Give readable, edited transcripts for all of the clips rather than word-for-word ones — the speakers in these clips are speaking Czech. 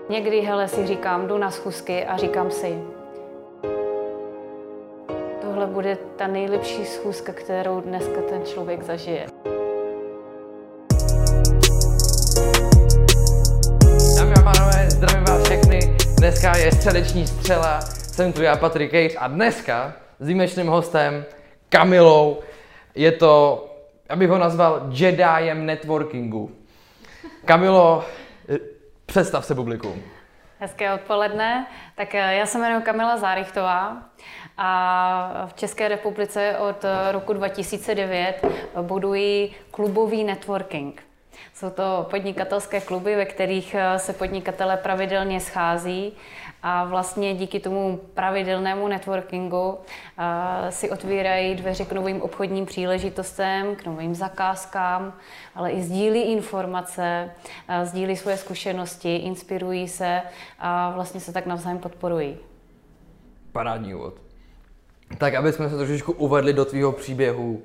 Někdy, hele, si říkám, jdu na schůzky a říkám si, tohle bude ta nejlepší schůzka, kterou dneska ten člověk zažije. Dámy a pánové, zdravím vás všechny. Dneska je středeční střela, jsem tu já, Patrik Kejř, a dneska s výjimečným hostem Kamilou. Je to, abych ho nazval Jediem networkingu. Kamilo, představ se publiku. Hezké odpoledne. Tak já se jmenuji Kamila Zárychtová a v České republice od roku 2009 buduji klubový networking. Jsou to podnikatelské kluby, ve kterých se podnikatelé pravidelně schází a vlastně díky tomu pravidelnému networkingu si otvírají dveře k novým obchodním příležitostem, k novým zakázkám, ale i sdílí informace, sdílí svoje zkušenosti, inspirují se a vlastně se tak navzájem podporují. Parádní úvod. Tak, aby jsme se trošičku uvedli do tvýho příběhu.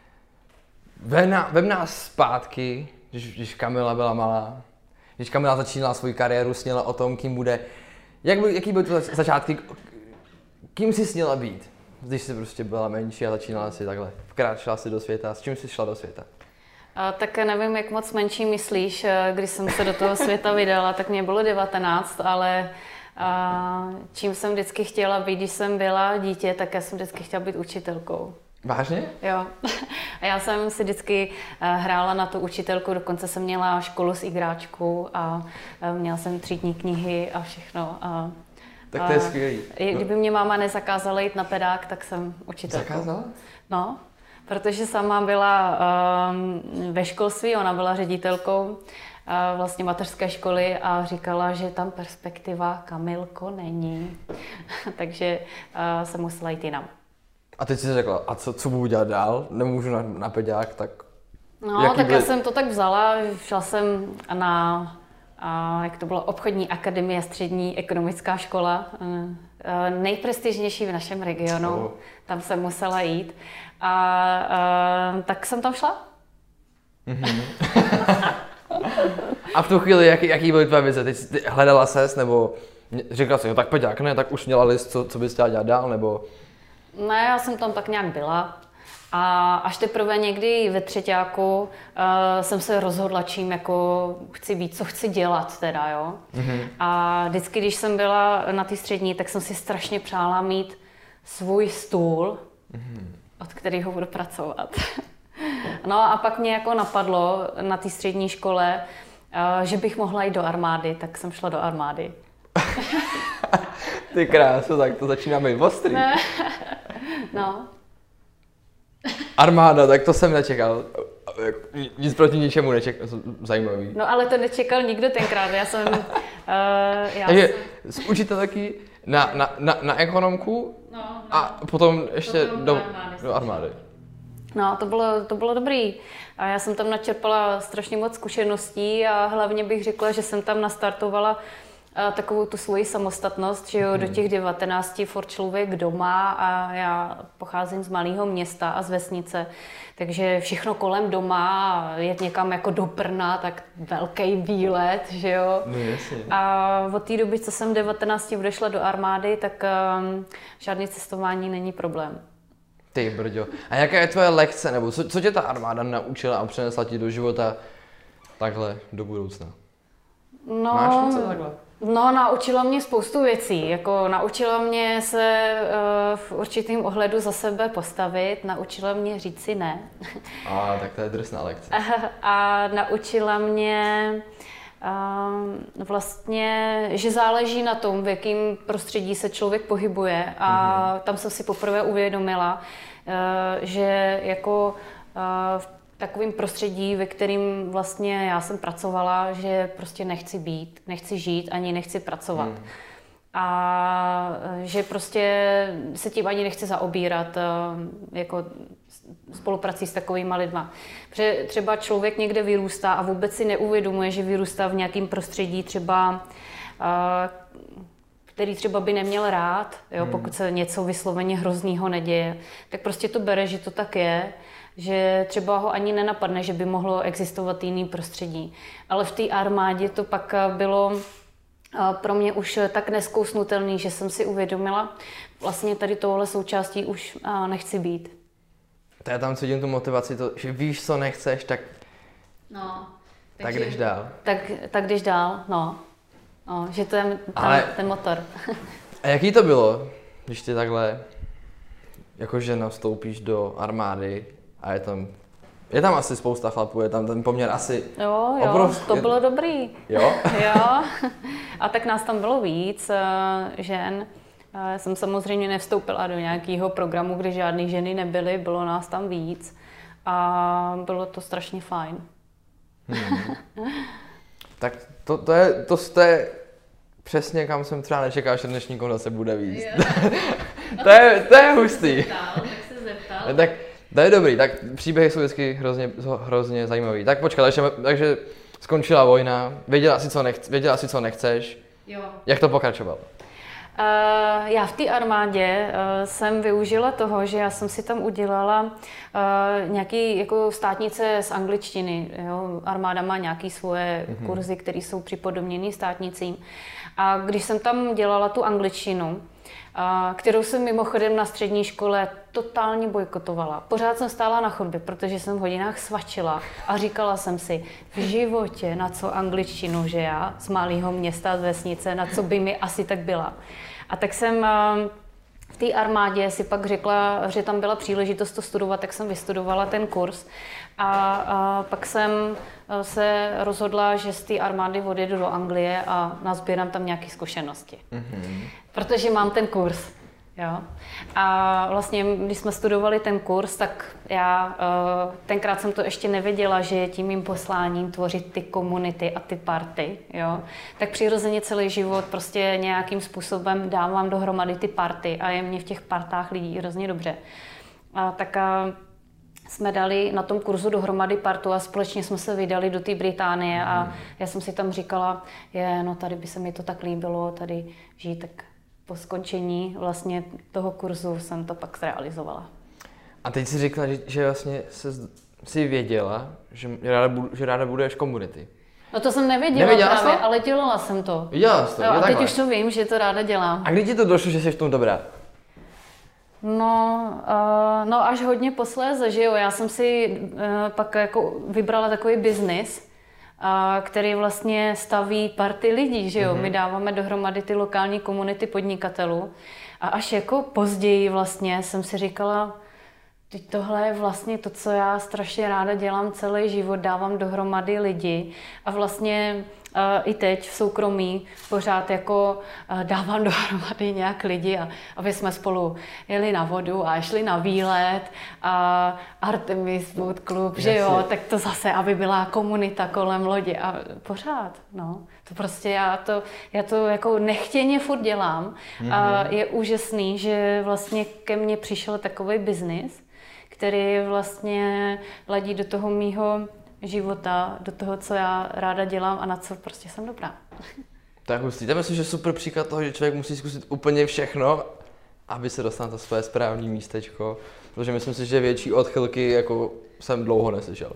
Vem nás zpátky, když Kamila byla malá, když Kamila začínala svou kariéru, sněla o tom, kým bude. Jaký byly to začátky? Kým jsi sněla být, když jsi prostě byla menší a začínala si takhle? Vkráčela si do světa, s čím jsi šla do světa? Tak nevím, jak moc menší myslíš, když jsem se do toho světa vydala, tak mě bylo 19, ale čím jsem vždycky chtěla být, když jsem byla dítě, tak já jsem vždycky chtěla být učitelkou. Vážně? Jo. A já jsem si vždycky hrála na tu učitelku, dokonce jsem měla školu s igráčkou a měla jsem třídní knihy a všechno. Tak to je skvělý. Kdyby mě máma nezakázala jít na pedák, tak jsem učitelkou. Zakázala? No, protože sama byla ve školství, ona byla ředitelkou vlastně mateřské školy a říkala, že tam perspektiva, Kamilko, není. Takže jsem musela jít jinam. A teď jsi řekla, a co budu dělat dál? Nemůžu na pedák, tak... No, tak já jsem to tak vzala, šla jsem na, jak to bylo, obchodní akademie, střední ekonomická škola, nejprestižnější v našem regionu, tam jsem musela jít a tak jsem tam šla. Mm-hmm. A v tu chvíli, jaký byly tvé vize? Teď hledala ses, nebo říkala jsi, no tak pedák, ne, tak už měla list, co bys chtěla dělat dál, nebo... Ne, já jsem tam tak nějak byla a až teprve někdy ve třeťáku jsem se rozhodla, čím jako chci být, co chci dělat teda, jo. Mm-hmm. A vždycky, když jsem byla na té střední, tak jsem si strašně přála mít svůj stůl, od kterého budu pracovat. No a pak mě jako napadlo na té střední škole, že bych mohla jít do armády, tak jsem šla do armády. Ty kráso, tak to začíná být ostrý. No. Armáda, tak to jsem nečekal. Nic proti ničemu nečekal, zajímavý. No ale to nečekal nikdo tenkrát, já jsem... Takže jsi učitelky na ekonomku a potom ještě do armády. No, to bylo dobrý. A já jsem tam načerpala strašně moc zkušeností a hlavně bych řekla, že jsem tam nastartovala takovou tu svoji samostatnost, že jo, do těch 19 furt člověk doma a já pocházím z malého města a z vesnice, takže všechno kolem doma, jet někam jako do Brna, tak velký výlet, že jo. No, jasně. A od té doby, co jsem 19 odešla do armády, tak žádný cestování není problém. Ty brďo. A jaká je tvoje lekce, nebo co tě ta armáda naučila a přinesla ti do života takhle do budoucna? No, máš něco takhle? No, naučila mě spoustu věcí. Jako naučila mě se v určitém ohledu za sebe postavit, naučila mě říct si ne. Tak to je drsná lekce. A naučila mě vlastně, že záleží na tom, v jakém prostředí se člověk pohybuje. A tam jsem si poprvé uvědomila, že jako v takovým prostředí, ve kterým vlastně já jsem pracovala, že prostě nechci být, nechci žít, ani nechci pracovat. A že prostě se tím ani nechci zaobírat jako spoluprací s takovýma lidma. Protože třeba člověk někde vyrůstá a vůbec si neuvědomuje, že vyrůstá v nějakém prostředí třeba, který třeba by neměl rád, jo, pokud se něco vysloveně hroznýho neděje, tak prostě to bere, že to tak je, že třeba ho ani nenapadne, že by mohlo existovat jiný prostředí. Ale v té armádě to pak bylo pro mě už tak nezkousnutelný, že jsem si uvědomila, vlastně tady tohle součástí už nechci být. To já tam cítím tu motivaci, to, že víš, co nechceš, tak, No, tak jdeš dál. Tak jdeš dál, no. Že to je ten motor. A jaký to bylo, když ty takhle jako žena vstoupíš do armády a je tam asi spousta chlapů, je tam ten poměr asi Jo, to bylo dobrý. Jo? Jo. A tak nás tam bylo víc žen. Já jsem samozřejmě nevstoupila do nějakého programu, kde žádné ženy nebyly, bylo nás tam víc. A bylo to strašně fajn. Tak to je přesně, kam jsem třeba nečekal, že dnešní konverzace bude víc. To je hustý. Tak se zeptal. Tak to je dobrý, tak příběhy jsou vždycky hrozně zajímavý. Tak počkat, takže skončila vojna, věděla si, co nechceš. Jo. Jak to pokračovalo? Já v té armádě jsem využila toho, že já jsem si tam udělala nějaký jako státnice z angličtiny. Jo? Armáda má nějaké svoje kurzy, které jsou připodobněné státnicím. A když jsem tam dělala tu angličtinu, kterou jsem mimochodem na střední škole totálně bojkotovala. Pořád jsem stála na chodbě, protože jsem v hodinách svačila a říkala jsem si v životě, na co angličtinu, že já z malého města, z vesnice, na co by mi asi tak byla. A tak jsem v té armádě si pak řekla, že tam byla příležitost to studovat, tak jsem vystudovala ten kurz. A pak jsem se rozhodla, že z té armády odjedu do Anglie a nazbírám tam nějaké zkušenosti. Protože mám ten kurz. Jo. A vlastně, když jsme studovali ten kurz, tak já tenkrát jsem to ještě nevěděla, že je tím mým posláním tvořit ty komunity a ty party. Jo. Tak přirozeně celý život prostě nějakým způsobem dávám dohromady ty party a je mě v těch partách lidí hrozně dobře. Tak jsme dali na tom kurzu dohromady partu a společně jsme se vydali do té Británie a já jsem si tam říkala, tady by se mi to tak líbilo, tady žít, tak po skončení vlastně toho kurzu jsem to pak zrealizovala. A teď jsi řekla, že vlastně si věděla, že ráda buduješ komunity. No to jsem nevěděla právě, ale dělala jsem to. Viděla jsi to? A teď už to vím, že to ráda dělám. A kdy ti to došlo, že jsi v tom dobrá? No až hodně posléze, že jo. Já jsem si pak jako vybrala takový biznis, který vlastně staví party lidí, že jo. My dáváme dohromady ty lokální komunity podnikatelů. A až jako později vlastně jsem si říkala, teď tohle je vlastně to, co já strašně ráda dělám celý život, dávám dohromady lidi a vlastně i teď v soukromí pořád jako dávám dohromady nějak lidi a aby jsme spolu jeli na vodu a šli na výlet a Artemis Boat Club, že jo, tak to zase, aby byla komunita kolem lodi a pořád, no. To prostě já to jako nechtěně furt dělám a je úžasný, že vlastně ke mně přišel takový biznis, který vlastně ladí do toho mýho života, do toho, co já ráda dělám a na co prostě jsem dobrá. Tak hustý. To myslím, že super příklad toho, že člověk musí zkusit úplně všechno, aby se dostal na to své správné místečko, protože myslím si, že větší odchylky jako jsem dlouho neslyšel.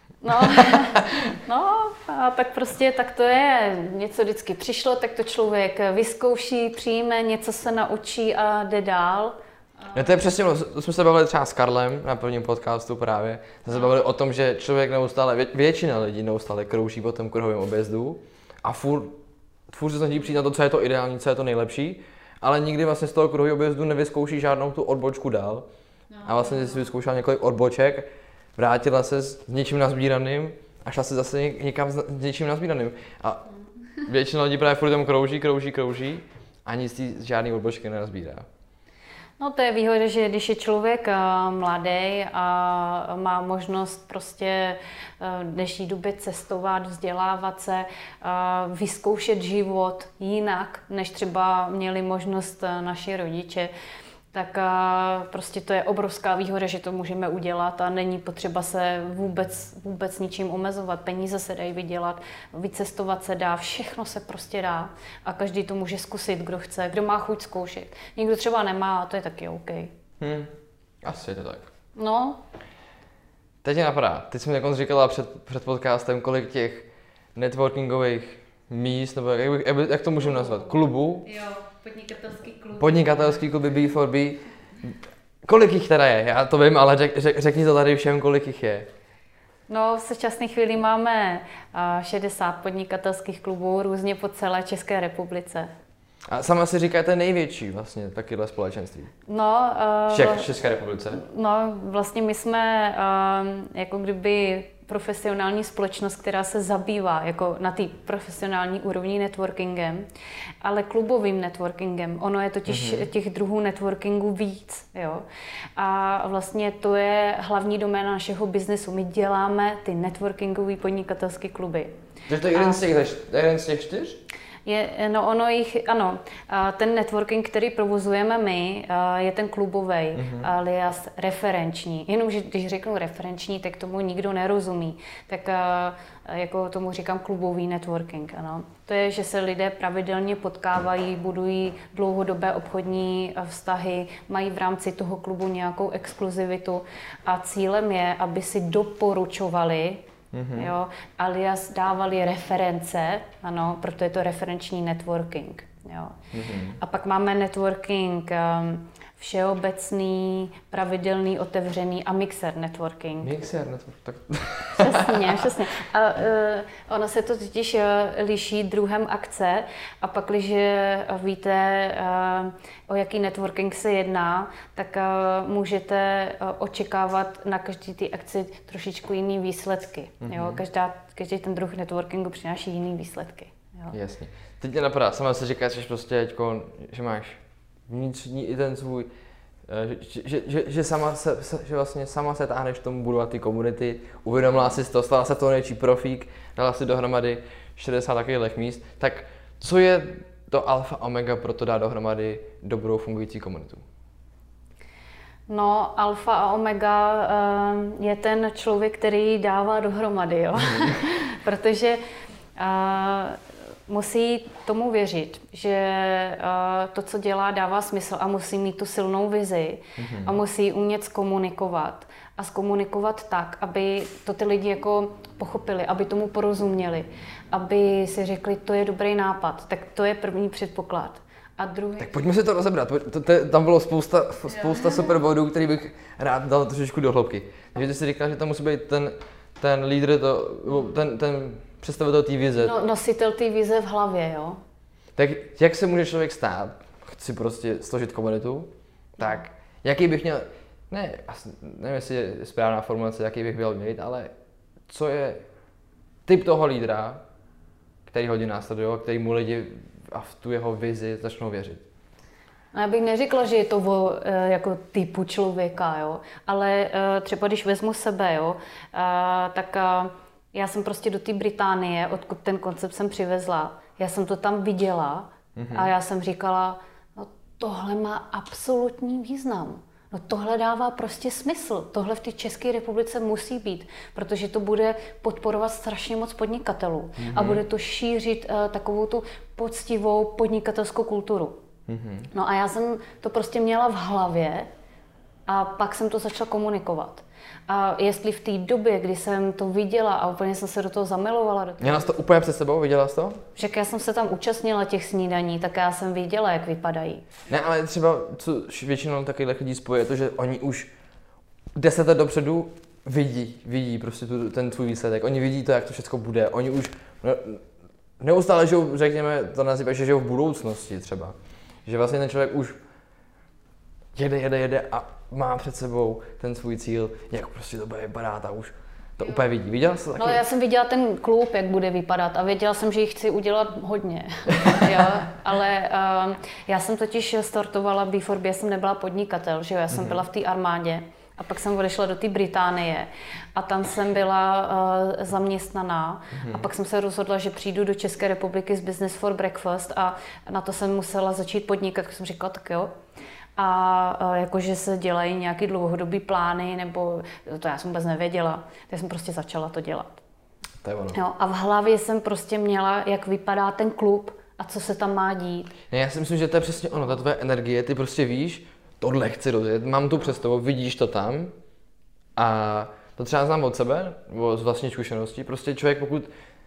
No, a tak prostě tak to je. Něco vždycky přišlo, tak to člověk vyzkouší, přijme, něco se naučí a jde dál. No to je přesně, to jsme se bavili třeba s Karlem na prvním podcastu právě. Jsme se bavili o tom, že člověk neustále, většina lidí neustále krouží po tom kruhovém objezdu a furt se snaží přijít na to, co je to ideální, co je to nejlepší, ale nikdy vlastně z toho kruhového objezdu nevyzkouší žádnou tu odbočku dál. A vlastně si vyzkoušela několik odboček, vrátila se s něčím nazbíraným a šla se zase někam s něčím nazbíraným. A většina lidí právě furt tam krouží a nic z žádný odbočky nenazbírá. No to je výhoda, že když je člověk mladý a má možnost prostě v dnešní době cestovat, vzdělávat se, vyzkoušet život jinak, než třeba měli možnost naši rodiče, tak prostě to je obrovská výhoda, že to můžeme udělat a není potřeba se vůbec ničím omezovat. Peníze se dají vydělat, vycestovat se dá, všechno se prostě dá a každý to může zkusit, kdo chce, kdo má chuť zkoušet. Někdo třeba nemá a to je taky OK. Asi je to tak. No. Teď mě napadá, teď jsem říkala před podcastem, kolik těch networkingových míst, nebo jak to můžeme nazvat, klubů. Jo, podnikatelský klub. Podnikatelský kluby B4B. Kolik jich teda je? Já to vím, ale řekni to tady všem, kolik jich je. No, v současné chvíli máme 60 podnikatelských klubů různě po celé České republice. A sama si říkáte největší vlastně takyhle společenství. No, v České republice? No, vlastně my jsme jako kdyby profesionální společnost, která se zabývá jako na té profesionální úrovni networkingem, ale klubovým networkingem. Ono je totiž těch druhů networkingu víc. Jo? A vlastně to je hlavní doména našeho biznesu. My děláme ty networkingové podnikatelské kluby. Takže to je jeden z těch 4? Ano. Ten networking, který provozujeme my, je ten klubový, alias referenční. Jenomže když řeknu referenční, tak tomu nikdo nerozumí. Tak jako tomu říkám klubový networking. Ano. To je, že se lidé pravidelně potkávají, budují dlouhodobé obchodní vztahy, mají v rámci toho klubu nějakou exkluzivitu a cílem je, aby si doporučovali, jo, alias dávali reference, ano, proto je to referenční networking. Jo. A pak máme networking všeobecný, pravidelný, otevřený a mixer networking. Mixer networking, tak... Přesně. A ono se to totiž liší druhem akce a pak, když víte, o jaký networking se jedná, tak můžete očekávat na každý té akci trošičku jiný výsledky. Jo? Každý ten druh networkingu přináší jiný výsledky. Jo? Jasně. Teď mě napadá, sama se říká, že prostě teďko, že máš vnitřní i ten svůj, že vlastně sama se táhneš k tomu budovat ty komunity, uvědomila si to, stala se toho největší profík, dala si dohromady 60 takových míst, tak co je to alfa omega pro to dát dohromady dobrou fungující komunitu? No, alfa a omega je ten člověk, který dává dohromady, jo? Protože musí tomu věřit, že to, co dělá, dává smysl a musí mít tu silnou vizi a musí umět zkomunikovat. A zkomunikovat tak, aby to ty lidi jako pochopili, aby tomu porozuměli, aby si řekli, to je dobrý nápad. Tak to je první předpoklad. A druhý... Tak pojďme si to rozebrat. Tam bylo spousta super bodů, který bych rád dal trošičku do hloubky. Takže ty jsi říkal, že tam musí být ten lídr, ten představitel té vize. No, nositel té vize v hlavě, jo. Tak jak se může člověk stát, chci prostě složit komunitu, tak jaký bych měl, nevím, jestli je správná formulace, jaký bych měl mít, ale co je typ toho lídra, který hodně následuje, který mu lidi a v tu jeho vizi začnou věřit? No, já bych neřekla, že je to jako typu člověka, jo, ale třeba když vezmu sebe, jo, tak já jsem prostě do té Británie, odkud ten koncept jsem přivezla, já jsem to tam viděla a já jsem říkala, no tohle má absolutní význam. No tohle dává prostě smysl. Tohle v té České republice musí být, protože to bude podporovat strašně moc podnikatelů a bude to šířit takovou tu poctivou podnikatelskou kulturu. No a já jsem to prostě měla v hlavě a pak jsem to začala komunikovat. A jestli v té době, kdy jsem to viděla a úplně jsem se do toho zamilovala. Měla jsi to úplně před sebou? Viděla jsi to? Však já jsem se tam účastnila těch snídaní, tak já jsem viděla, jak vypadají. Ne, ale třeba, co většinou takových lidí spojí, je to, že oni už 10 let dopředu vidí prostě ten tvůj výsledek. Oni vidí to, jak to všechno bude. Oni už neustále žijou, řekněme, to nazývají, že žijou v budoucnosti třeba. Že vlastně ten člověk už jede a má před sebou ten svůj cíl, jak prostě to bude vypadat a už to úplně vidí. Viděla jsi to taky? No já jsem viděla ten klub, jak bude vypadat a věděla jsem, že jich chci udělat hodně. Jo? Ale já jsem totiž startovala B4B, já jsem nebyla podnikatel, že jo? Já jsem byla v té armádě a pak jsem odešla do té Británie a tam jsem byla zaměstnaná a pak jsem se rozhodla, že přijdu do České republiky z Business for Breakfast a na to jsem musela začít podnikat, tak jsem říkala, tak jo. A jakože se dělají nějaký dlouhodobý plány, nebo to já jsem vůbec nevěděla, tak jsem prostě začala to dělat. To je ono. Jo, a v hlavě jsem prostě měla, jak vypadá ten klub a co se tam má dít. Ne, já si myslím, že to je přesně ono, ta tvoje energie, ty prostě víš, tohle chci rozjet, mám tu představu, vidíš to tam a to třeba znám od sebe, z vlastní zkušenosti, prostě člověk pokud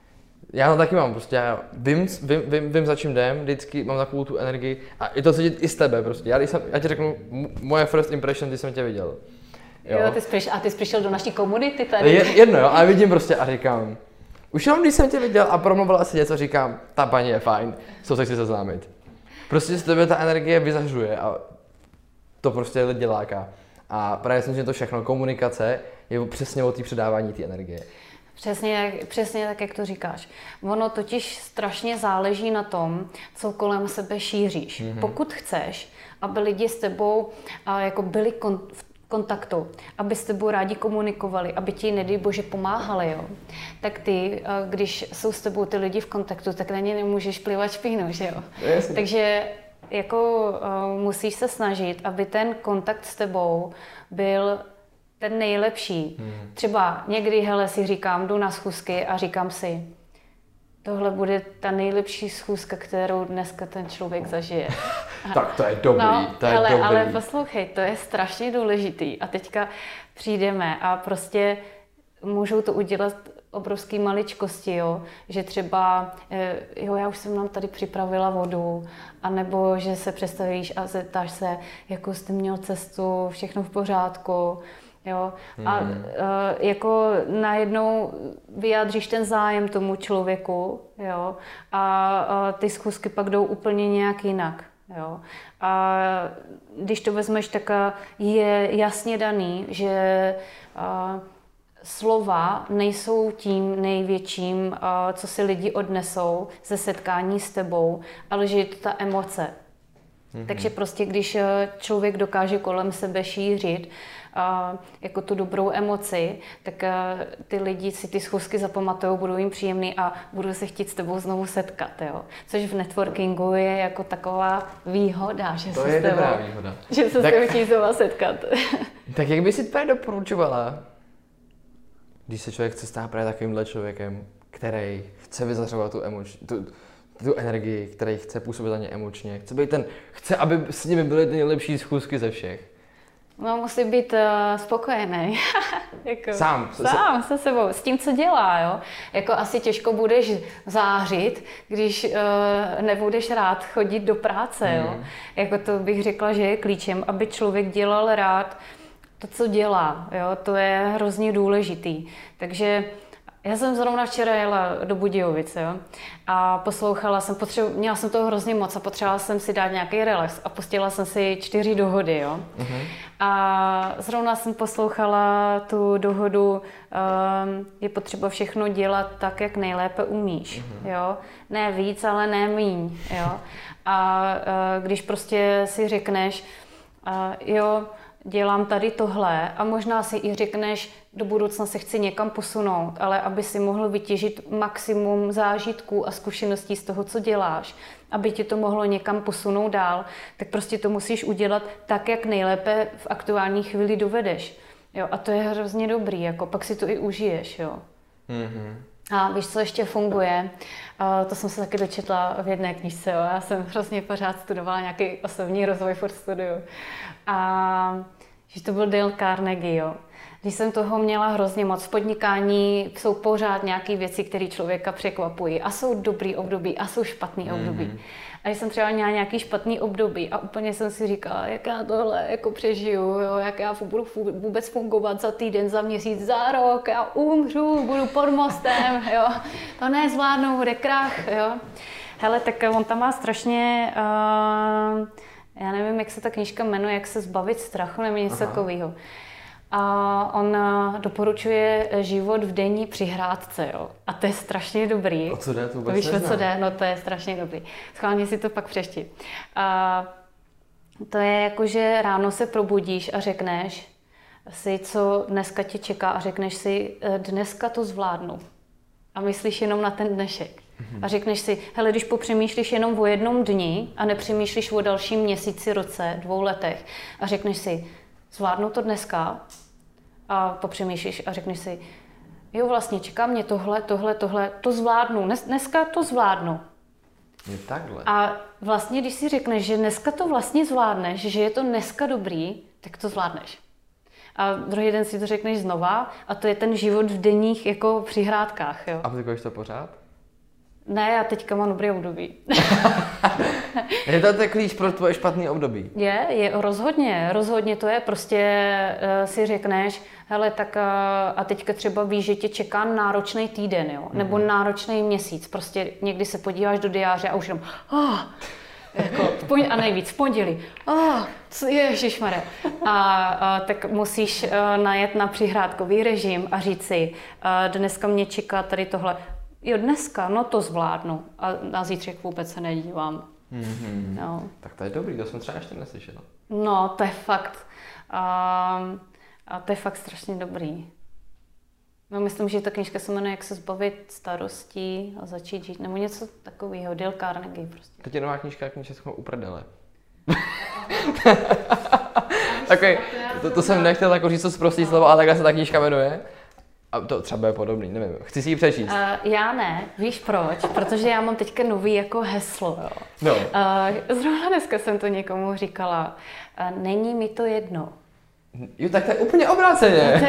Já to taky mám, prostě já vím, za čím jdem, vždycky mám takovou tu energii a je to cítit i z tebe prostě. Já ti řeknu, moje first impression, když jsem tě viděl. Jo, ty jsi přišel do naší komunity tady. Jedno jo, a vidím prostě a říkám, už jenom když jsem tě viděl a promluvila si něco, říkám, ta paní je fajn, co se chci seznámit. Prostě z tebe ta energie vyzařuje a to prostě lidi láká. A právě jsem, že to všechno, komunikace je přesně o té předávání té energie. Přesně tak, jak to říkáš. Ono totiž strašně záleží na tom, co kolem sebe šíříš. Pokud chceš, aby lidi s tebou jako byli v kontaktu, aby s tebou rádi komunikovali, aby ti, nedej bože, pomáhali, jo, tak ty, když jsou s tebou ty lidi v kontaktu, tak na ně nemůžeš plivat špínu, že jo. Takže jako musíš se snažit, aby ten kontakt s tebou byl ten nejlepší. Třeba někdy, hele, si říkám, jdu na schůzky a říkám si, tohle bude ta nejlepší schůzka, kterou dneska ten člověk zažije. Tak to je dobrý, to je dobrý. Ale poslouchej, to je strašně důležitý. A teďka přijdeme a prostě můžou to udělat obrovský maličkosti, jo? Že třeba, jo, já už jsem nám tady připravila vodu, anebo že se představíš a zeptáš se, jakou jste měl cestu, všechno v pořádku. Jo? A jako najednou vyjádříš ten zájem tomu člověku, jo? A ty schůzky pak jdou úplně nějak jinak. Jo? A když to vezmeš, tak je jasně daný, že slova nejsou tím největším, co si lidi odnesou ze setkání s tebou, ale že je to ta emoce. Takže prostě, když člověk dokáže kolem sebe šířit jako tu dobrou emoci, tak ty lidi si ty schůzky zapamatují, budou jim příjemný a budou se chtít s tebou znovu setkat. Jo? Což v networkingu je jako taková výhoda, že to je dobrá výhoda. Že se s tebou chtějí znovu setkat. Tak jak by si to doporučovala, když se člověk chce stát právě takovýmhle člověkem, který chce vyzařovat tu energii, který chce působit za ně emočně, chce, aby s nimi byly ty nejlepší schůzky ze všech. No, musí být spokojený. Jako, sám se sebou, s tím, co dělá, jo. Jako asi těžko budeš zářit, když nebudeš rád chodit do práce, jo. Jako to bych řekla, že je klíčem, aby člověk dělal rád to, co dělá, jo. To je hrozně důležitý. Takže já jsem zrovna včera jela do Budějovic, jo, a poslouchala jsem, měla jsem toho hrozně moc a potřebovala jsem si dát nějaký relax a pustila jsem si 4 dohody, jo. A zrovna jsem poslouchala tu dohodu, je potřeba všechno dělat tak, jak nejlépe umíš, jo. Ne víc, ale ne míň, jo. A když prostě si řekneš, jo, dělám tady tohle a možná si i řekneš, do budoucna se chci někam posunout, ale aby si mohl vytěžit maximum zážitků a zkušeností z toho, co děláš, aby ti to mohlo někam posunout dál, tak prostě to musíš udělat tak, jak nejlépe v aktuální chvíli dovedeš. Jo, a to je hrozně dobrý, jako pak si to i užiješ, jo. A víš, co ještě funguje? To jsem se taky dočetla v jedné knížce, jo. Já jsem hrozně pořád studovala nějaký osobní rozvoj for studiu. A že to byl Dale Carnegie, jo. Když jsem toho měla hrozně moc v podnikání, jsou pořád nějaké věci, které člověka překvapují. A jsou dobrý období, a jsou špatný období. A když jsem třeba měla nějaký špatný období a úplně jsem si říkala, jak já tohle jako přežiju, jo, jak já budu vůbec fungovat za týden, za měsíc, za rok, já umřu, budu pod mostem, jo. To nezvládnu, bude krach, jo. Hele, tak on tam má strašně, já nevím, jak se ta knížka jmenuje, jak se zbavit strachu, nebo něco takového. A on doporučuje život v denní přihrádce, jo. A to je strašně dobrý. O co jde? To vůbec víš, o co jde? No to je strašně dobrý. Schválně si to pak přečti. A to je jako, že ráno se probudíš a řekneš si, co dneska tě čeká a řekneš si, dneska to zvládnu. A myslíš jenom na ten dnešek. A řekneš si, hele, když popřemýšlíš jenom o jednom dni a nepřemýšlíš o dalším měsíci, roce, 2 letech a řekneš si, zvládnu to dneska a popřemýšlíš a řekneš si, jo, vlastně čeká mě tohle, to zvládnu, dneska to zvládnu. Je takhle. A vlastně, když si řekneš, že dneska to vlastně zvládneš, že je to dneska dobrý, tak to zvládneš. A druhý den si to řekneš znova a to je ten život v denních jako přihrádkách, jo. Aplikuješ to pořád? Ne, já teďka mám dobrý období. Je to ten klíč pro tvoje špatný období? Je rozhodně to je, prostě si řekneš, hele, tak a teďka třeba víš, že tě čeká náročný týden, jo, nebo náročný měsíc, prostě někdy se podíváš do diáře a už jenom, a nejvíc v pondělí, ježišmarja. A tak musíš najet na přihrádkový režim a říct si, dneska mě čeká tady tohle. Jo, dneska, no to zvládnu. A na zítřek vůbec se nedívám. No. Tak to je dobrý, to jsem třeba ještě neslyšel. No, to je fakt. A to je fakt strašně dobrý. No, myslím, že ta knížka se jmenuje Jak se zbavit starostí a začít žít, nebo něco takového, Dale Carnegie prostě. Teď je nová knížka, jak mě všechno uprdele. Takový, to jsem nechtěl jako říct to zprostý slovo, ale takhle se ta knížka jmenuje. A to třeba je podobný, nevím, chci si ji přečíst. Já ne, víš proč? Protože já mám teďka nový jako heslo, jo. No. Zrovna dneska jsem to někomu říkala. Není mi to jedno. Jo, tak to je úplně obráceně.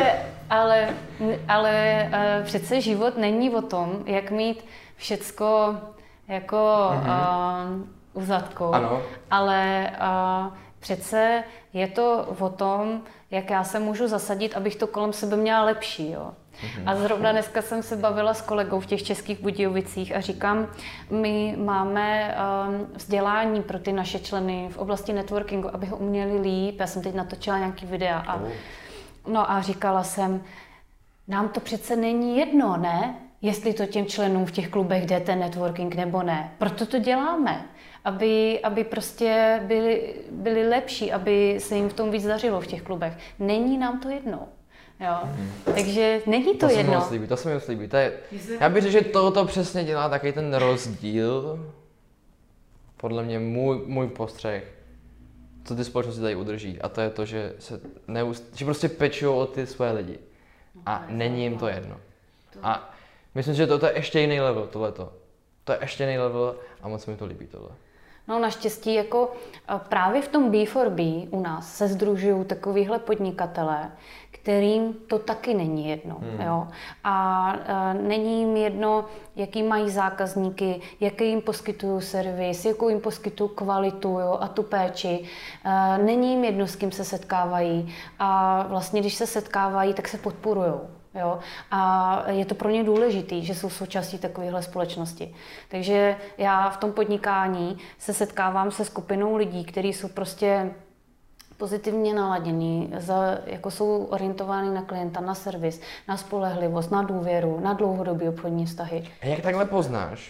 Ale přece život není o tom, jak mít všecko jako u zadku. Ano. Ale přece je to o tom, jak já se můžu zasadit, abych to kolem sebe měla lepší, jo. A zrovna dneska jsem se bavila s kolegou v těch Českých Budějovicích a říkám, my máme vzdělání pro ty naše členy v oblasti networkingu, aby ho uměli líp. Já jsem teď natočila nějaký videa a říkala jsem, nám to přece není jedno, ne? Jestli to těm členům v těch klubech jde ten networking nebo ne. Proto to děláme. Aby prostě byli lepší, aby se jim v tom víc dařilo v těch klubech. Není nám to jedno. Jo. Takže není to jedno. To se mi moc líbí. Já bych řekl, že to přesně dělá takový ten rozdíl. Podle mě můj postřeh, co ty společnosti tady udrží. A to je to, že že prostě pečují o ty své lidi. A není jim to jedno. A myslím, že to je ještě jiný level, tohleto. To je ještě jiný level a moc mi to líbí tohle. No naštěstí jako právě v tom B4B u nás se sdružují takovýhle podnikatelé, kterým to taky není jedno. Jo? A není jim jedno, jaký mají zákazníky, jaký jim poskytují servis, jakou jim poskytují kvalitu, jo? A tu péči. Není jim jedno, s kým se setkávají. A vlastně, když se setkávají, tak se podporujou. Jo? A je to pro ně důležitý, že jsou součástí takovéhle společnosti. Takže já v tom podnikání se setkávám se skupinou lidí, kteří jsou prostě pozitivně naladění, jako jsou orientovaní na klienta, na servis, na spolehlivost, na důvěru, na dlouhodobé obchodní vztahy. A jak takhle poznáš?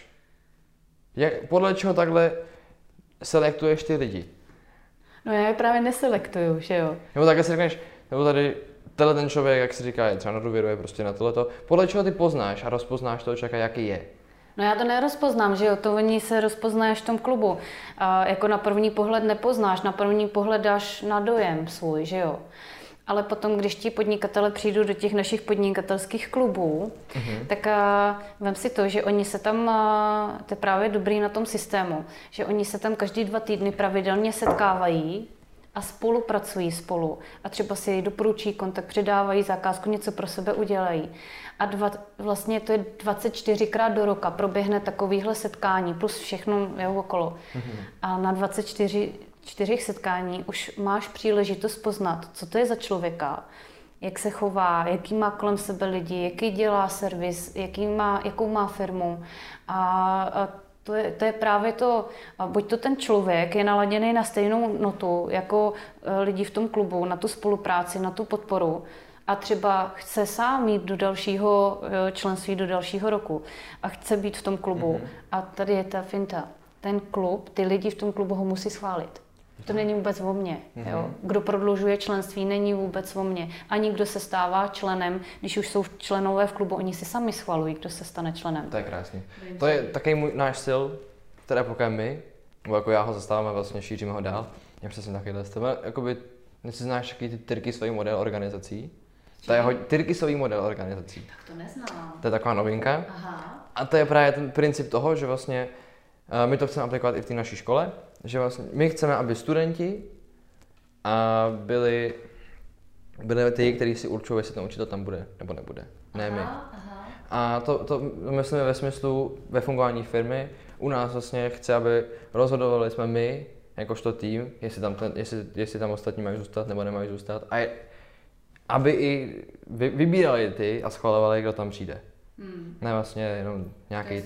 Podle čeho takhle selektuješ ty lidi? No já je právě neselektuju, že jo? Nebo takhle si řekneš, nebo tady tenhle ten člověk, jak se říká, je třeba na důvěru, je prostě na tohleto. Podle čeho ty poznáš a rozpoznáš toho člověka, jaký je? No já to nerozpoznám, že jo, to oni se rozpoznáš v tom klubu. Jako na první pohled nepoznáš, na první pohled dáš na dojem svůj, že jo. Ale potom, když ti podnikatele přijdou do těch našich podnikatelských klubů, tak vem si to, že oni se tam, to je právě dobrý na tom systému, že oni se tam každý 2 týdny pravidelně setkávají a spolupracují spolu. A třeba si doporučí kontakt, předávají zakázku, něco pro sebe udělají. A vlastně to je 24krát do roka proběhne takovýhle setkání, plus všechno je okolo. A na 24 setkání už máš příležitost poznat, co to je za člověka, jak se chová, jaký má kolem sebe lidi, jaký dělá servis, jakou má firmu. A to je právě to, buď to ten člověk je naladěný na stejnou notu jako lidi v tom klubu, na tu spolupráci, na tu podporu a třeba chce sám jít do dalšího členství, do dalšího roku a chce být v tom klubu. A tady je ta finta. Ten klub, ty lidi v tom klubu ho musí schválit. To není vůbec o mně. Jo? Kdo prodlužuje členství, není vůbec o mně. Ani kdo se stává členem, když už jsou členové v klubu, oni si sami schvalují, kdo se stane členem. To je krásný. To je takový náš styl, které pokud my, nebo jako já ho zastáváme, vlastně šíříme ho dál. Já přesně takovýhle styl. Jakoby, jestli znáš taky ty Tyrkisový model organizací. To je Tyrkisový model organizací. Tak to neznám. To je taková novinka. Aha. A to je právě ten princip toho, že vlastně my to chceme aplikovat i v té naší škole, že vlastně my chceme, aby studenti byli ty, kteří si určují, jestli ten učitel tam bude nebo nebude. Ne my. A to myslíme ve smyslu ve fungování firmy. U nás vlastně chce, aby rozhodovali jsme my, jakožto tým, jestli tam ostatní mají zůstat nebo nemají zůstat. A aby i vybírali ty a schvalovali, kdo tam přijde. Ne vlastně jenom nějaký...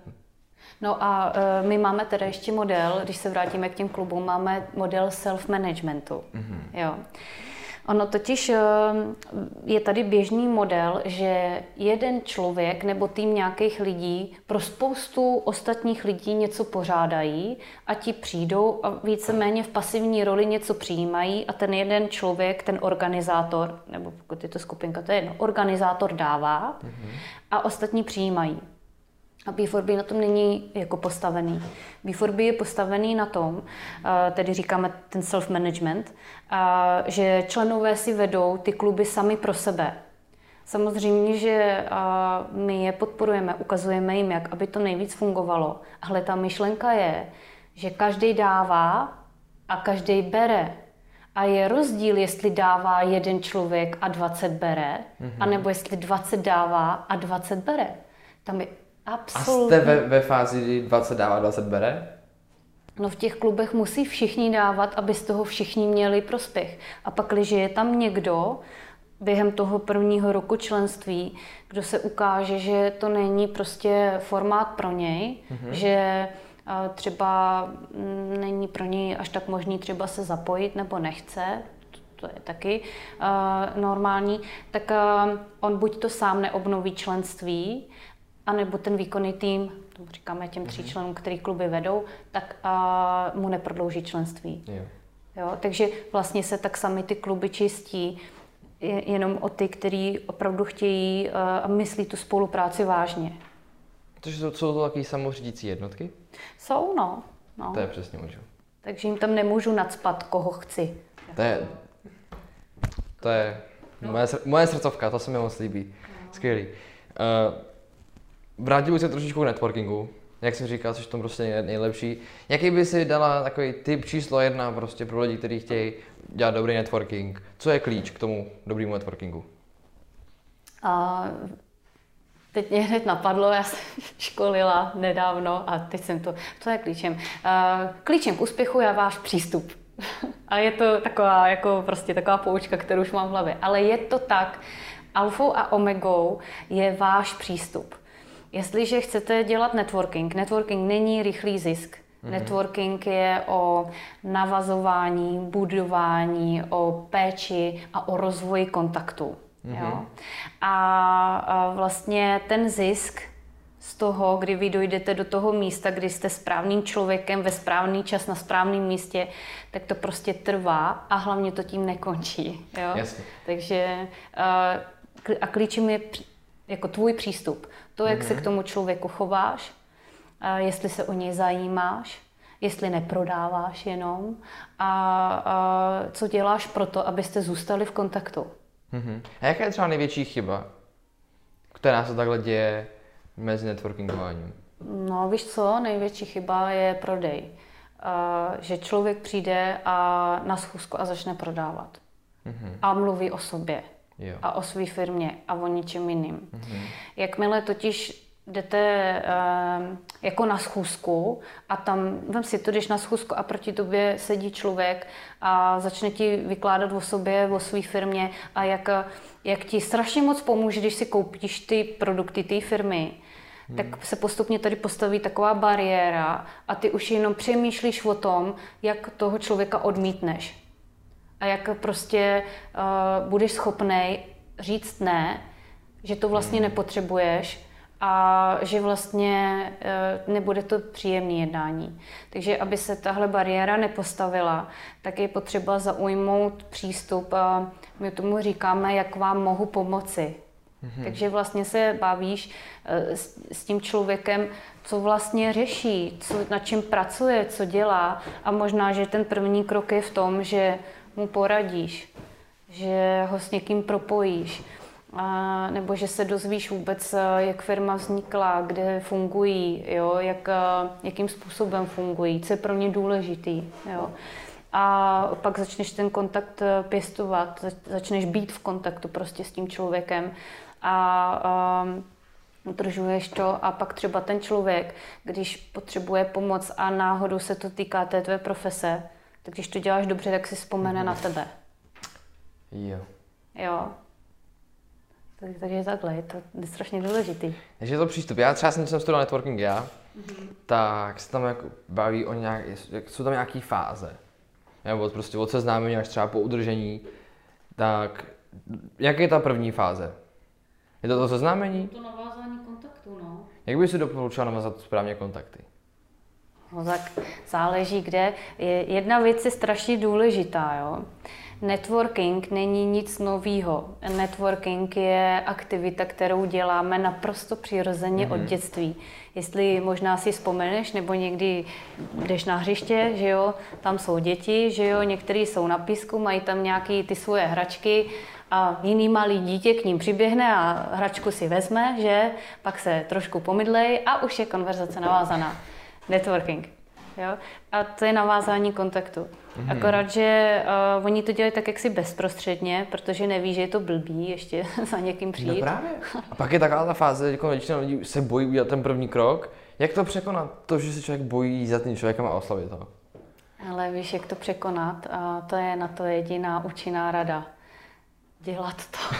No a my máme teda ještě model, když se vrátíme k těm klubům, máme model self-managementu. Jo. Ono totiž je tady běžný model, že jeden člověk nebo tým nějakých lidí pro spoustu ostatních lidí něco pořádají a ti přijdou a víceméně v pasivní roli něco přijímají a ten jeden člověk, ten organizátor, nebo pokud je to skupinka, to je jedno, organizátor dává a ostatní přijímají. A B4B na tom není jako postavený. B4B je postavený na tom, tedy říkáme ten self-management, že členové si vedou ty kluby sami pro sebe. Samozřejmě, že my je podporujeme, ukazujeme jim, jak aby to nejvíc fungovalo. Ale ta myšlenka je, že každý dává a každý bere. A je rozdíl, jestli dává jeden člověk a 20 bere, anebo jestli 20 dává a 20 bere. Tam je absolutně. A jste ve fázi, kdy 20 dává, 20 bere? No v těch klubech musí všichni dávat, aby z toho všichni měli prospěch. A pak, když je tam někdo během toho prvního roku členství, kdo se ukáže, že to není prostě formát pro něj, že třeba není pro něj až tak možný třeba se zapojit nebo nechce, to je taky normální, tak on buď to sám neobnoví členství, anebo ten výkonný tým, to říkáme těm 3 členům, který kluby vedou, tak mu neprodlouží členství. Jo, takže vlastně se tak sami ty kluby čistí jenom o ty, kteří opravdu chtějí a myslí tu spolupráci vážně. Takže jsou to takové samořídící jednotky? Jsou, no. To je přesně můžu. Takže jim tam nemůžu nacpat, koho chci. To je moje srdcovka, to se mi moc líbí. Skvělý. Vrátil bych se trošičku k networkingu, jak jsem říkal, což v tom prostě je nejlepší. Jaký by si dala takový tip číslo 1 prostě pro lidi, kteří chtějí dělat dobrý networking? Co je klíč k tomu dobrému networkingu? Teď mě hned napadlo, já jsem školila nedávno a teď jsem to je klíčem. Klíčem k úspěchu je váš přístup. A je to taková, jako prostě taková poučka, kterou už mám v hlavě. Ale je to tak, alfou a omegou je váš přístup. Jestliže chcete dělat networking není rychlý zisk. Networking je o navazování, budování, o péči a o rozvoji kontaktů. Jo? A vlastně ten zisk z toho, kdy vy dojdete do toho místa, kdy jste správným člověkem ve správný čas na správném místě, tak to prostě trvá a hlavně to tím nekončí. Jo? Jasně. Takže a klíčem je jako tvůj přístup. To, jak se k tomu člověku chováš, jestli se o něj zajímáš, jestli neprodáváš jenom a co děláš pro to, abyste zůstali v kontaktu. A jaká je třeba největší chyba, která se takhle děje mezi networkingováním? No víš co, největší chyba je prodej. Že člověk přijde na schůzku a začne prodávat. A mluví o sobě. Jo. A o své firmě a o ničem jiným. Jakmile totiž jdete jako na schůzku a tam, vem si to, jdeš na schůzku a proti tobě sedí člověk a začne ti vykládat o sobě, o své firmě a jak ti strašně moc pomůže, když si koupíš ty produkty té firmy, tak se postupně tady postaví taková bariéra a ty už jenom přemýšlíš o tom, jak toho člověka odmítneš. A jak prostě budeš schopnej říct ne, že to vlastně nepotřebuješ a že vlastně nebude to příjemné jednání. Takže aby se tahle bariéra nepostavila, tak je potřeba zaujmout přístup, my tomu říkáme, jak vám mohu pomoci. Takže vlastně se bavíš s tím člověkem, co vlastně řeší, na čem pracuje, co dělá a možná, že ten první krok je v tom, že mu poradíš, že ho s někým propojíš, nebo že se dozvíš vůbec, jak firma vznikla, kde fungují, jo, jakým způsobem fungují, co je pro ně důležitý. Jo. A pak začneš ten kontakt pěstovat, začneš být v kontaktu prostě s tím člověkem a udržuješ to a pak třeba ten člověk, když potřebuje pomoc a náhodou se to týká té tvé profese, tak když to děláš dobře, tak si vzpomene na tebe. Jo. Takže takhle, je to strašně důležitý. Takže je to přístup. Já třeba jsem studoval networking tak se tam jako baví o jsou tam nějaký fáze. Nebo prostě od seznámení až třeba po udržení. Tak jaká je ta první fáze? Je to seznámení? To navázání kontaktu, no. Jak by si doporučila navázat správně kontakty? No tak záleží kde. Jedna věc je strašně důležitá, jo. Networking není nic novýho. Networking je aktivita, kterou děláme naprosto přirozeně od dětství. Jestli možná si vzpomeneš, nebo někdy jdeš na hřiště, že jo, tam jsou děti, že jo, některý jsou na písku, mají tam nějaký ty svoje hračky a jiný malý dítě k ním přiběhne a hračku si vezme, že, pak se trošku pomydlej a už je konverzace navázaná. Networking. Jo? A to je navázání kontaktu. Akorát, že oni to dělají tak jaksi bezprostředně, protože neví, že je to blbý ještě za někým přijít. No právě. A pak je taková ta fáze, jako většina lidí se bojí udělat ten první krok. Jak to překonat? To, že se člověk bojí za tím člověkem a oslavit ho. Ale víš, jak to překonat? A to je na to jediná účinná rada. Dělat to.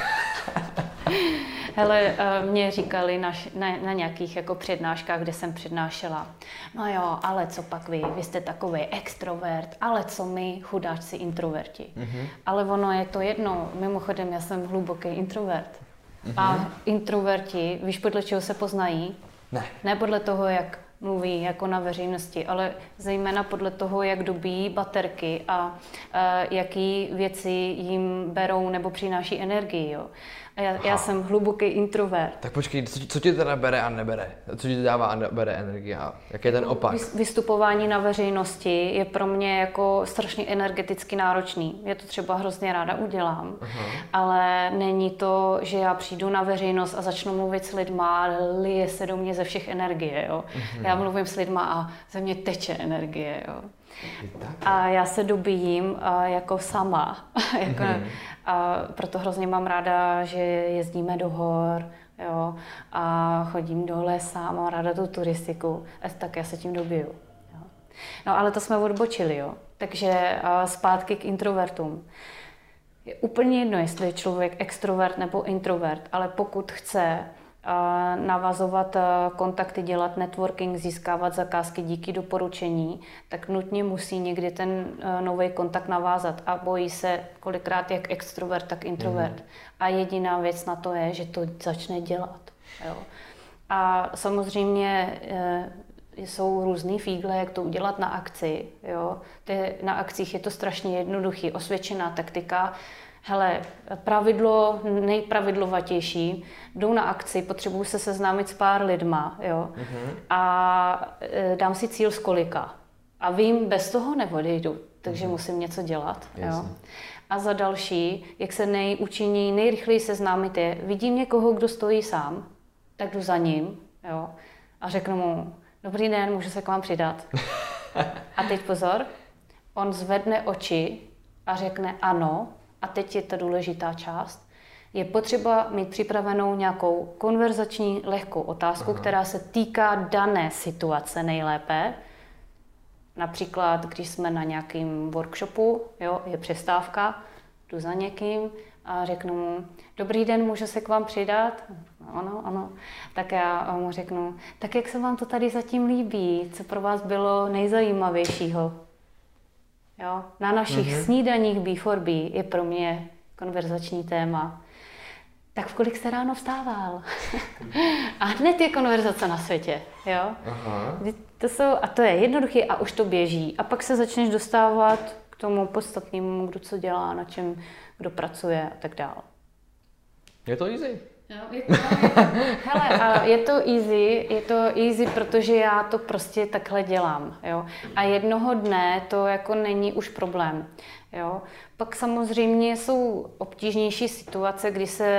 Hele, mě říkali na nějakých jako přednáškách, kde jsem přednášela, no jo, ale co pak vy jste takovej extrovert, ale co my, chudáčci introverti. Ale ono je to jedno, mimochodem já jsem hluboký introvert. A introverti, víš, podle čeho se poznají? Ne podle toho, jak mluví jako na veřejnosti, ale zejména podle toho, jak dobíjí baterky a jaký věci jim berou nebo přináší energii. Jo. Já jsem hluboký introvert. Tak počkej, co ti teda bere a nebere? Co ti dává a nebere energie? Jaký je ten opak? Vystupování na veřejnosti je pro mě jako strašně energeticky náročný. Já to třeba hrozně ráda udělám, ale není to, že já přijdu na veřejnost a začnu mluvit s lidma a lije se do mě ze všech energie. Jo. Já mluvím s lidma a ze mě teče energie. Jo. A já se dobíjím jako sama. A proto hrozně mám ráda, že jezdíme do hor, jo, a chodím do lesa, mám ráda tu turistiku, tak já se tím dobiju. Jo. No ale to jsme odbočili, jo. Takže zpátky k introvertům. Je úplně jedno, jestli je člověk extrovert nebo introvert, ale pokud chce navazovat kontakty, dělat networking, získávat zakázky díky doporučení, tak nutně musí někdy ten nový kontakt navázat a bojí se kolikrát jak extrovert, tak introvert. A jediná věc na to je, že to začne dělat. Jo. A samozřejmě jsou různý fígle, jak to udělat na akci. Jo. Na akcích je to strašně jednoduchý, osvědčená taktika. Hele, pravidlo nejpravidlovatější, jdou na akci, potřebuju se seznámit s pár lidma, jo, a dám si cíl z kolika. A vím, bez toho neodejdu, takže musím něco dělat. Jo. A za další, jak se nejrychleji seznámit je, vidím někoho, kdo stojí sám, tak jdu za ním, jo, a řeknu mu, dobrý den, můžu se k vám přidat. A teď pozor, on zvedne oči a řekne ano. A teď je ta důležitá část. Je potřeba mít připravenou nějakou konverzační lehkou otázku, která se týká dané situace nejlépe. Například, když jsme na nějakém workshopu, jo, je přestávka, jdu za někým a řeknu mu, dobrý den, můžu se k vám přidat? Ano. Tak já mu řeknu, tak jak se vám to tady zatím líbí? Co pro vás bylo nejzajímavějšího? Jo? Na našich snídaních B4B je pro mě konverzační téma. Tak v kolik jste ráno vstával? A hned je konverzace na světě. Jo? To je jednoduché a už to běží. A pak se začneš dostávat k tomu podstatnému, kdo co dělá, na čem kdo pracuje a tak dále. Je to easy. Jo, je to easy, protože já to prostě takhle dělám. Jo? A jednoho dne to jako není už problém. Jo. Pak samozřejmě jsou obtížnější situace,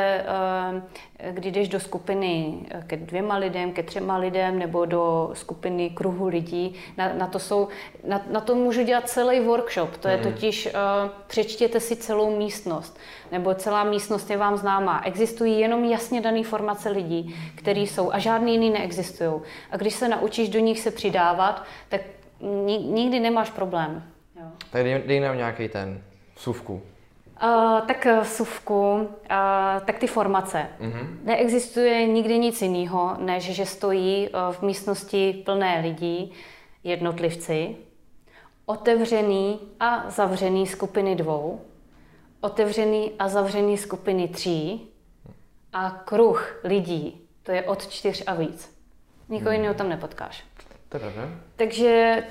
kdy jdeš do skupiny ke 2 lidem, ke 3 lidem nebo do skupiny kruhu lidí. Na to můžu dělat celý workshop. To je totiž, přečtěte si celou místnost, nebo celá místnost je vám známá. Existují jenom jasně dané formace lidí, který jsou a žádný jiný neexistují. A když se naučíš do nich se přidávat, tak nikdy nemáš problém. Jo. Tak dej nám nějaký ten vsuvku. Tak vsuvku, tak ty formace. Neexistuje nikdy nic jiného, než že stojí v místnosti plné lidí, jednotlivci, otevřený a zavřený skupiny 2, otevřený a zavřený skupiny 3 a kruh lidí, to je od 4 a víc. Nikoho jiného tam nepotkáš. Takže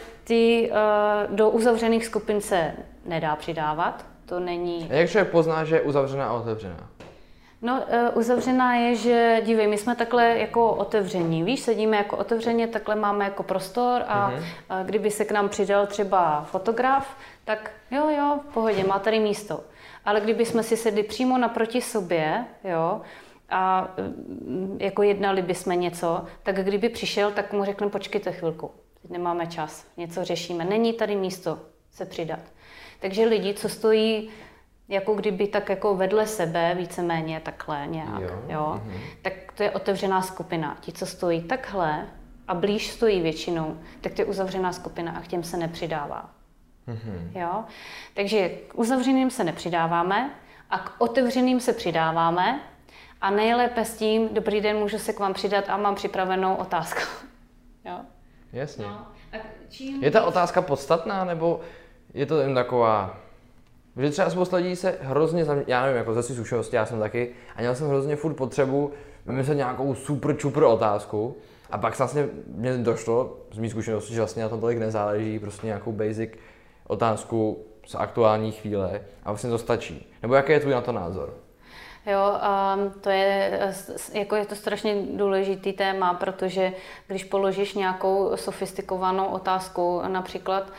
do uzavřených skupin se nedá přidávat. To není... A jak člověk pozná, že je uzavřená a otevřená? No, uzavřená je, že dívej, my jsme takhle jako otevření, víš, sedíme jako otevřeně, takhle máme jako prostor a kdyby se k nám přidal třeba fotograf, tak jo, v pohodě, má tady místo. Ale kdyby jsme si sedli přímo naproti sobě, jo, a jako jednali bychom něco, tak kdyby přišel, tak mu řekneme, počkejte chvilku, teď nemáme čas, něco řešíme, není tady místo se přidat. Takže lidi, co stojí jako kdyby tak jako vedle sebe, víceméně takhle nějak, jo. Tak to je otevřená skupina. Ti, co stojí takhle a blíž stojí většinou, tak to je uzavřená skupina a k těm se nepřidává. Jo? Takže k uzavřeným se nepřidáváme a k otevřeným se přidáváme a nejlépe s tím, dobrý den, můžu se k vám přidat a mám připravenou otázku. Jo? Jasně. No, je ta otázka podstatná, nebo je to jen taková... Že třeba spousta lidí se hrozně, já nevím, jako ze svých zkušeností, já jsem taky, a měl jsem hrozně furt potřebu vymyslet nějakou super otázku a pak vlastně mě došlo z mých zkušeností, že vlastně na tom tolik nezáleží, prostě nějakou basic otázku z aktuální chvíle a vlastně to stačí. Nebo jaký je tvůj na to názor? Jo, je to strašně důležitý téma, protože když položíš nějakou sofistikovanou otázku, například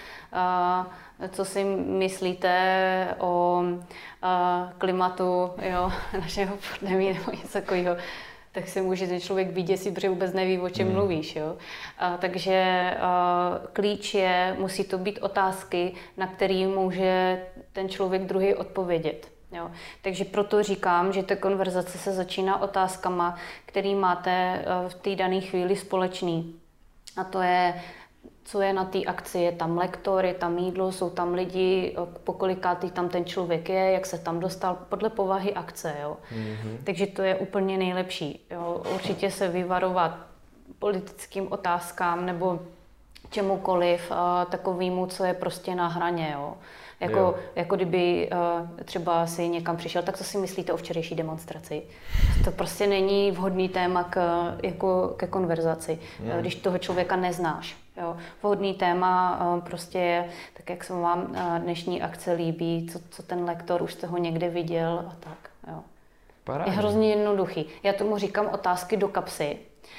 co si myslíte o klimatu, jo, našeho pandemie nebo něco takového, tak se může ten člověk vyděsit, protože vůbec neví, o čem mluvíš. Jo. Takže klíč je, musí to být otázky, na které může ten člověk druhý odpovědět. Jo. Takže proto říkám, že ta konverzace se začíná otázkama, které máte v té dané chvíli společný. A to je, co je na té akci, je tam lektor, je tam jídlo, jsou tam lidi, po kolikátý tam ten člověk je, jak se tam dostal, podle povahy akce. Jo. Takže to je úplně nejlepší. Jo. Určitě se vyvarovat politickým otázkám nebo čemukoliv takovému, co je prostě na hraně. Jo. Jako kdyby třeba si někam přišel, tak co si myslíte o včerejší demonstraci? To prostě není vhodný téma ke konverzaci, když toho člověka neznáš. Jo. Vhodný téma prostě je, tak jak se vám dnešní akce líbí, co ten lektor, už jste ho někde viděl a tak. Jo. Je hrozně jednoduchý. Já tomu říkám otázky do kapsy,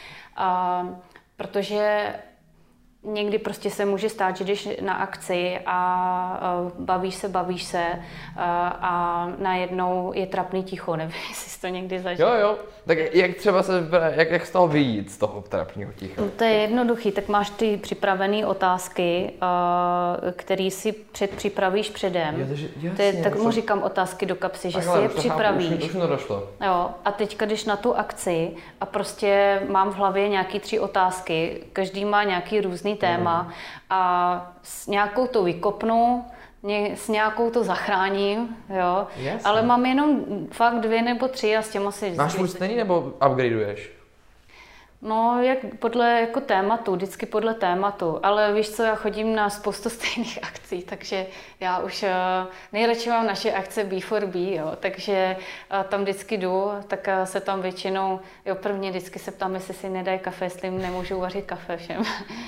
protože někdy prostě se může stát, že jdeš na akci a bavíš se a najednou je trapný ticho, nevím, jestli jsi to někdy zažil. Jo, tak jak třeba jak z toho vyjít, z toho trapného ticha? To je jednoduchý, tak máš ty připravené otázky, které si předpřipravíš předem. Tak mu říkám otázky do kapsy, že si je připravíš. Už mi to došlo. Jo, a teďka jdeš na tu akci a prostě mám v hlavě nějaký 3 otázky, každý má nějaký různý téma a s nějakou to vykopnu, s nějakou to zachráním, jo. Ale mám jenom fakt 2 nebo 3 a s těma si... Máš furt stejný nebo upgradeuješ? No, podle jako tématu, vždycky podle tématu, ale víš co, já chodím na spoustu stejných akcí, takže já už nejradši mám naše akce B4B, jo, takže tam vždycky jdu, tak se tam většinou, prvně vždycky se ptám, jestli si nedají kafe, jestli jim nemůžu vařit kafe všem.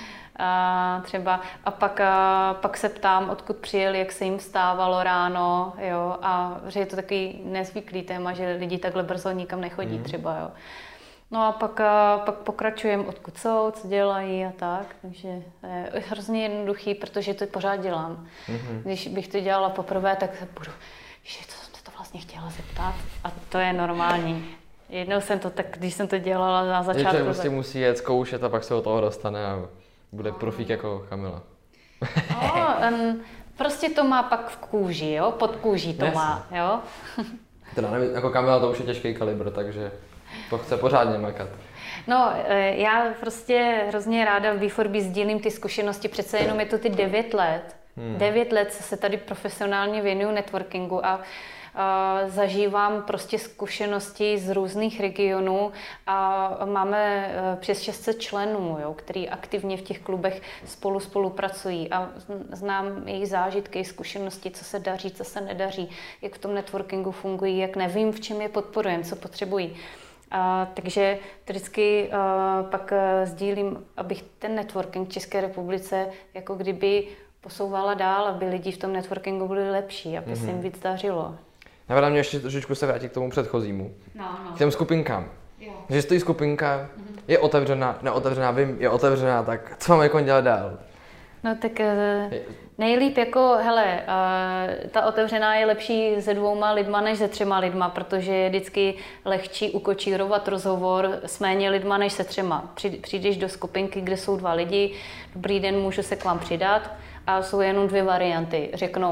A pak se ptám, odkud přijeli, jak se jim vstávalo ráno, jo, a že je to takový nezvyklý téma, že lidi takhle brzo nikam nechodí třeba, jo. No a pak pokračujeme, odkud jsou, co dělají a tak, takže je hrozně jednoduchý, protože to pořád dělám. Když bych to dělala poprvé, tak budu, že to jsem to vlastně chtěla zeptat a to je normální. Jednou jsem to tak, když jsem to dělala na začátku. Člověk prostě musí jet, zkoušet a pak se od toho dostane a bude profík jako Kamila. Prostě to má pak v kůži, jo? Pod kůží to má, jo? Teda nevím, jako Kamila to už je těžký kalibr, takže to chce pořádně makat. No, já prostě hrozně ráda v B4B sdílím ty zkušenosti, přece jenom je to ty 9 let. 9 let, co se tady profesionálně věnuju networkingu a zažívám prostě zkušenosti z různých regionů a máme přes 600 členů, jo, který aktivně v těch klubech spolupracují a znám jejich zážitky, zkušenosti, co se daří, co se nedaří, jak v tom networkingu fungují, jak nevím, v čem je podporujeme, co potřebují. Takže vždycky pak sdílím, abych ten networking v České republice jako kdyby posouvala dál, aby lidi v tom networkingu byli lepší, aby se jim víc dařilo. Napadá mě ještě trošičku se vrátit k tomu předchozímu. K těm skupinkám. Jo. Že stojí skupinka, je otevřená, neotevřená, vím, je otevřená, tak co mám jako dělat dál? No tak nejlíp jako, hele, ta otevřená je lepší se 2 lidma než se 3 lidma, protože je vždycky lehčí ukočírovat rozhovor s méně lidma než se 3. Přijdeš do skupinky, kde jsou 2 lidi, dobrý den, můžu se k vám přidat a jsou jenom 2 varianty.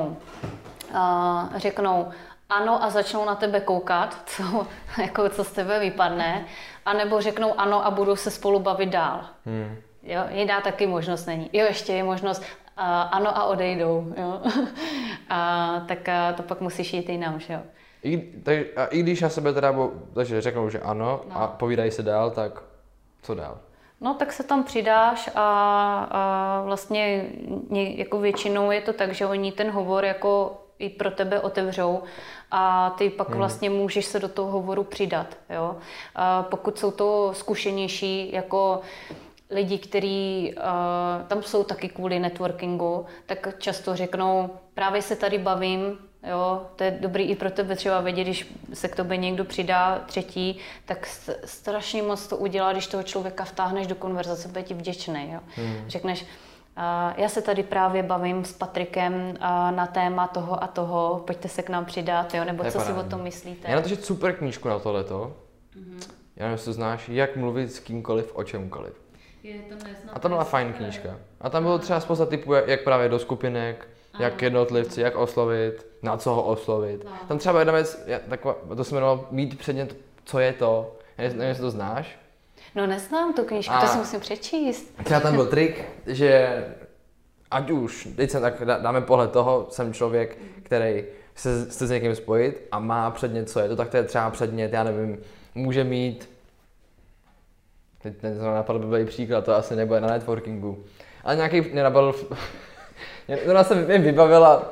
Řeknou ano a začnou na tebe koukat, co z tebe vypadne, anebo řeknou ano a budou se spolu bavit dál. Jo, jiná taky možnost není. Jo, ještě je možnost ano a odejdou. Jo. Tak to pak musíš jít jinam, že jo. I když na sebe teda, takže řeknou, že ano a povídají se dál, tak co dál? No tak se tam přidáš a vlastně jako většinou je to tak, že oni ten hovor jako i pro tebe otevřou a ty pak vlastně můžeš se do toho hovoru přidat. Jo? Pokud jsou to zkušenější jako lidi, kteří tam jsou taky kvůli networkingu, tak často řeknou, právě se tady bavím, jo, to je dobrý i pro tebe třeba vědět, když se k tobě někdo přidá 3, tak strašně moc to udělá, když toho člověka vtáhneš do konverzace, bude ti vděčný. Jo. Řekneš, já se tady právě bavím s Patrikem na téma toho a toho, pojďte se k nám přidat, jo, nebo co si o tom myslíte. Já natočit super knížku na tohleto. Já nevím, jestli to znáš, jak mluvit s kýmkoliv o čemkoliv. A to byla fajn knížka. A tam bylo třeba spousta typů, jak právě do skupinek, jak jednotlivci, jak oslovit, na co ho oslovit. Tam třeba jedna věc, to se jmenovalo mít předmět, co je to. Nevím, jestli to znáš. No neznám tu knížku, to si musím přečíst. Třeba tam byl trik, že ať už, teď jsem tak dáme pohled toho, jsem člověk, který se chce s někým spojit a má předmět, co je to, tak to je třeba předmět, já nevím, může mít, teď napadl by byl příklad, to asi nebude na networkingu, ale nějaký mě napadl, ona se mi vybavila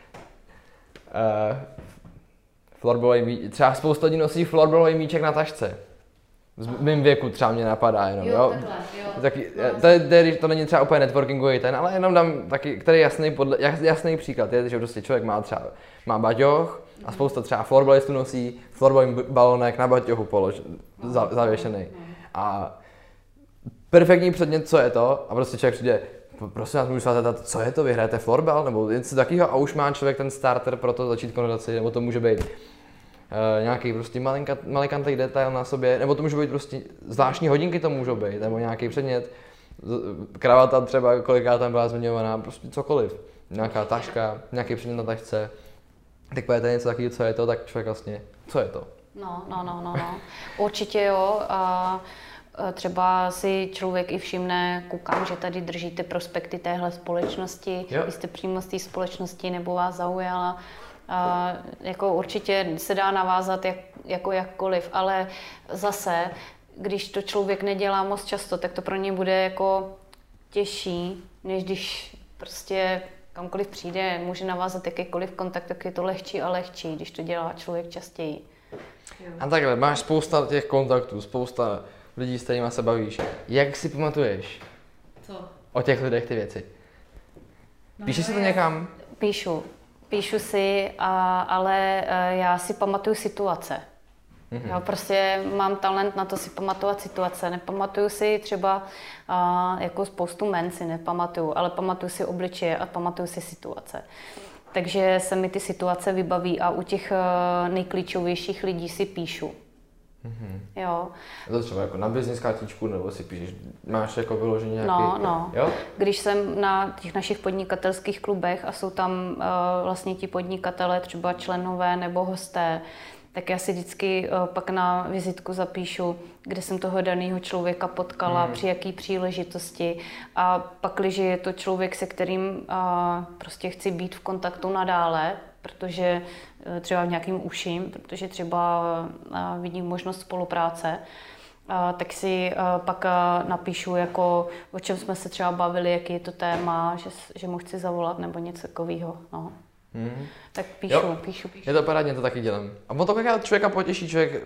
florbalový, třeba spousta lidí nosí florbalový míček na tašce. V mém věku třeba mě napadá jenom, jo? Takhle, jo. Taky, to není třeba úplně networkingový ten, ale jenom dám taky, který jasný příklad je, že prostě člověk má baťoch a spousta třeba florbalistů nosí florbalový balonek na baťohu zavěšený. A perfektní předmět, co je to, a prostě člověk přijde, prosím vás, můžu se vás zeptat, co je to, vy hrajete florbal, nebo něco takového a už má člověk ten starter pro to začít konverzaci, nebo to může být nějaký prostě malinkantý detail na sobě, nebo to může být prostě zvláštní hodinky to můžou být, nebo nějaký předmět, kravata třeba, koliká tam byla zmiňovaná, prostě cokoliv. Nějaká taška, nějaký předmět na tašce. Tak pojedete něco takového, co je to, tak člověk vlastně, co je to? No. Určitě jo. Třeba si člověk i všimne, koukám, že tady držíte prospekty téhle společnosti, jste přímo z té společnosti nebo vás zaujala. Jako určitě se dá navázat jakkoliv, ale zase, když to člověk nedělá moc často, tak to pro ně bude jako těžší, než když prostě kamkoliv přijde, může navázat jakýkoliv kontakt, tak je to lehčí a lehčí, když to dělá člověk častěji. A takhle, máš spousta těch kontaktů, spousta lidí, s kterými se bavíš. Jak si pamatuješ o těch lidech ty věci? Píšeš si to někam? Píšu si, ale já si pamatuju situace. Jo, prostě mám talent na to si pamatovat situace. Nepamatuju si třeba, jako spoustu men si nepamatuju, ale pamatuju si obličeje a pamatuju si situace. Takže se mi ty situace vybaví a u těch nejklíčovějších lidí si píšu. Jo. Je to třeba jako na business kartičku, nebo si píšeš, máš jako vyloženě nějaký... No. Jo? Když jsem na těch našich podnikatelských klubech a jsou tam vlastně ti podnikatelé, třeba členové nebo hosté, tak já si vždycky pak na vizitku zapíšu, kde jsem toho daného člověka potkala, při jaký příležitosti. A pak, když je to člověk, se kterým prostě chci být v kontaktu nadále, protože třeba v nějakým uším, protože třeba vidím možnost spolupráce, tak si pak napíšu, jako, o čem jsme se třeba bavili, jaký je to téma, že mu chci zavolat nebo něco takového. No. Tak píšu. Je to parádně, to taky dělám. A on to člověka potěší, člověk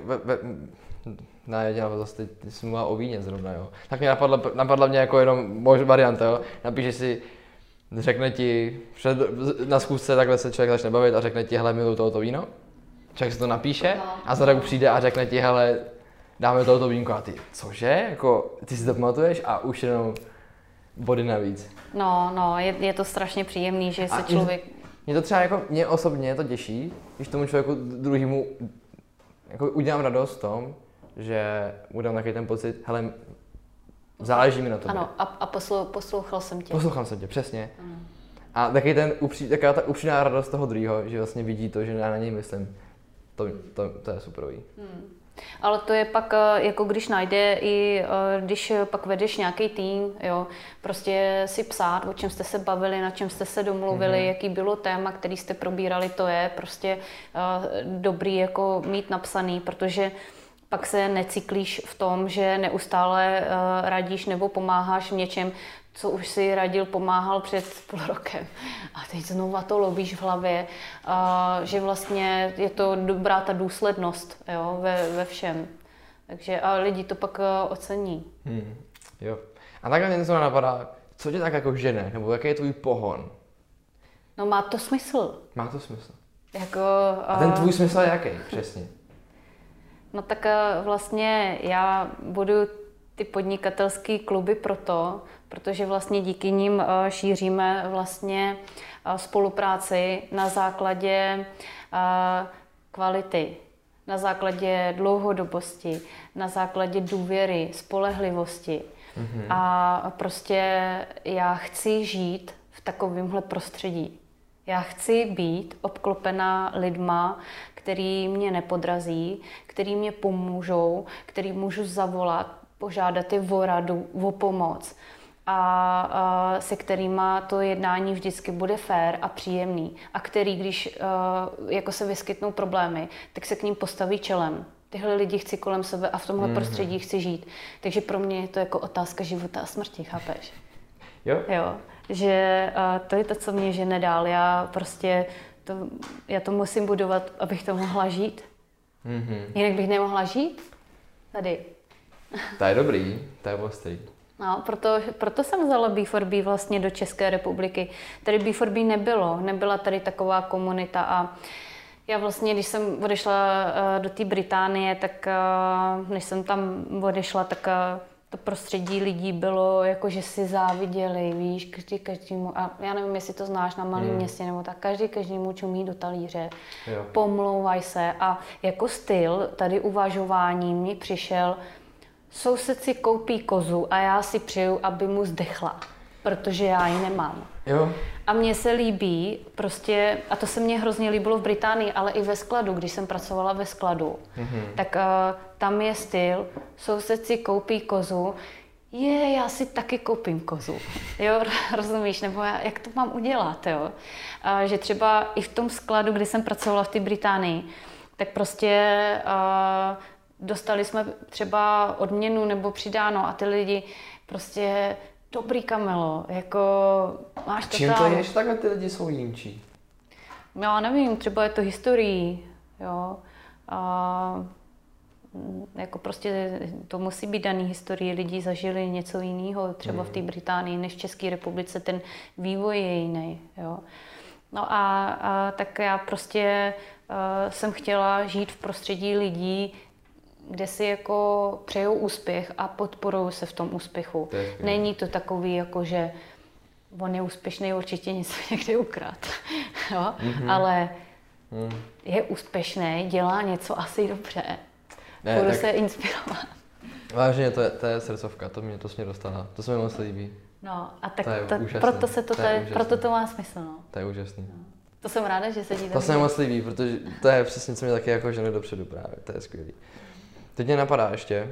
zase teď jsem mluvil o víně zrovna, jo. Tak mě napadla mě jako jenom varianta, jo. Napíše si, řekne ti, na schůzce takhle se člověk začne bavit a řekne ti, hele, miluji tohoto víno. Člověk si to napíše a za rok přijde a řekne ti, hele, dáme tohoto vínko a ty, cože? Jako, ty si to pamatuješ a už jenom body navíc. No, je to strašně příjemný, že se člověk... Mě to třeba jako, mě osobně to těší, když tomu člověku druhému jako udělám radost v tom, že mu dám takový ten pocit, hele, záleží mi na tobě. Ano, a poslouchal jsem tě. Poslouchal jsem tě, přesně. A taková ta upřímná radost toho druhého, že vlastně vidí to, že já na něj myslím, to je superový. Ale to je pak, jako když najde i když pak vedeš nějaký tým, jo, prostě si psát, o čem jste se bavili, na čem jste se domluvili, jaký bylo téma, který jste probírali, to je prostě dobrý jako mít napsaný, protože pak se necyklíš v tom, že neustále radíš nebo pomáháš v něčem, co už si radil, pomáhal před půl rokem. A teď znova to lobíš v hlavě, že vlastně je to dobrá ta důslednost, jo, ve všem. Takže a lidi to pak ocení. Jo. A takhle něco napadá, co tě tak jako žene, nebo jaký je tvůj pohon? No má to smysl. Má to smysl. Jako, a ten tvůj smysl je jaký, přesně? No tak vlastně já budu ty podnikatelské kluby protože vlastně díky nim šíříme vlastně spolupráci na základě kvality, na základě dlouhodobosti, na základě důvěry, spolehlivosti. A prostě já chci žít v takovémhle prostředí. Já chci být obklopená lidma, který mě nepodrazí, který mě pomůžou, který můžu zavolat, požádat je o radu, o pomoc a se kterýma to jednání vždycky bude fér a příjemný a který, když jako se vyskytnou problémy, tak se k ním postaví čelem. Tyhle lidi chci kolem sebe a v tomhle prostředí chci žít. Takže pro mě je to jako otázka života a smrti, chápeš? Jo. Že to je to, co mě žene dál. Já to musím budovat, abych to mohla žít. Jinak bych nemohla žít tady. To je dobrý, to je ostrý. No, proto jsem vzala B4B vlastně do České republiky. Tady B4B nebyla tady taková komunita a já vlastně, když jsem odešla do té Británie, tak než jsem tam odešla, tak to prostředí lidí bylo jako, že si záviděli, víš, každému, a já nevím, jestli to znáš na malém městě, nebo tak, každému čumí do talíře, pomlouvaj se a jako styl tady uvažování mi přišel, soused si koupí kozu a já si přeju, aby mu zdechla, protože já ji nemám. Jo. A mně se líbí prostě, a to se mně hrozně líbilo v Británii, ale i ve skladu, když jsem pracovala ve skladu, tak tam je styl, soused si koupí kozu, já si taky koupím kozu, jo, rozumíš, nebo jak to mám udělat, jo. Že třeba i v tom skladu, kdy jsem pracovala v té Británii, tak prostě dostali jsme třeba odměnu nebo přidáno a ty lidi prostě dobrý Kamilo, jako máš to čím tam. to je, že takhle ty lidi jsou jinčí? Já nevím, třeba je to historií, jo. Jako prostě to musí být daný historii, lidi zažili něco jiného, třeba v té Británii, než v České republice, ten vývoj je jiný, jo. No a tak já prostě jsem chtěla žít v prostředí lidí, kde si jako přejou úspěch a podporují se v tom úspěchu. Není to takový, jako že on je úspěšný, určitě něco někde ukrát, jo? Ale je úspěšný, dělá něco asi dobře. Budu se inspirovat. Vážně, to je srdcovka, to mě dostala, to se mi moc líbí. No a tak proto to má smysl. No. To je úžasný. No. To jsem ráda, že se ti to se mi moc líbí, protože to je přesně, co mě taky jako žene dopředu právě, to je skvělý. Teď mě napadá ještě,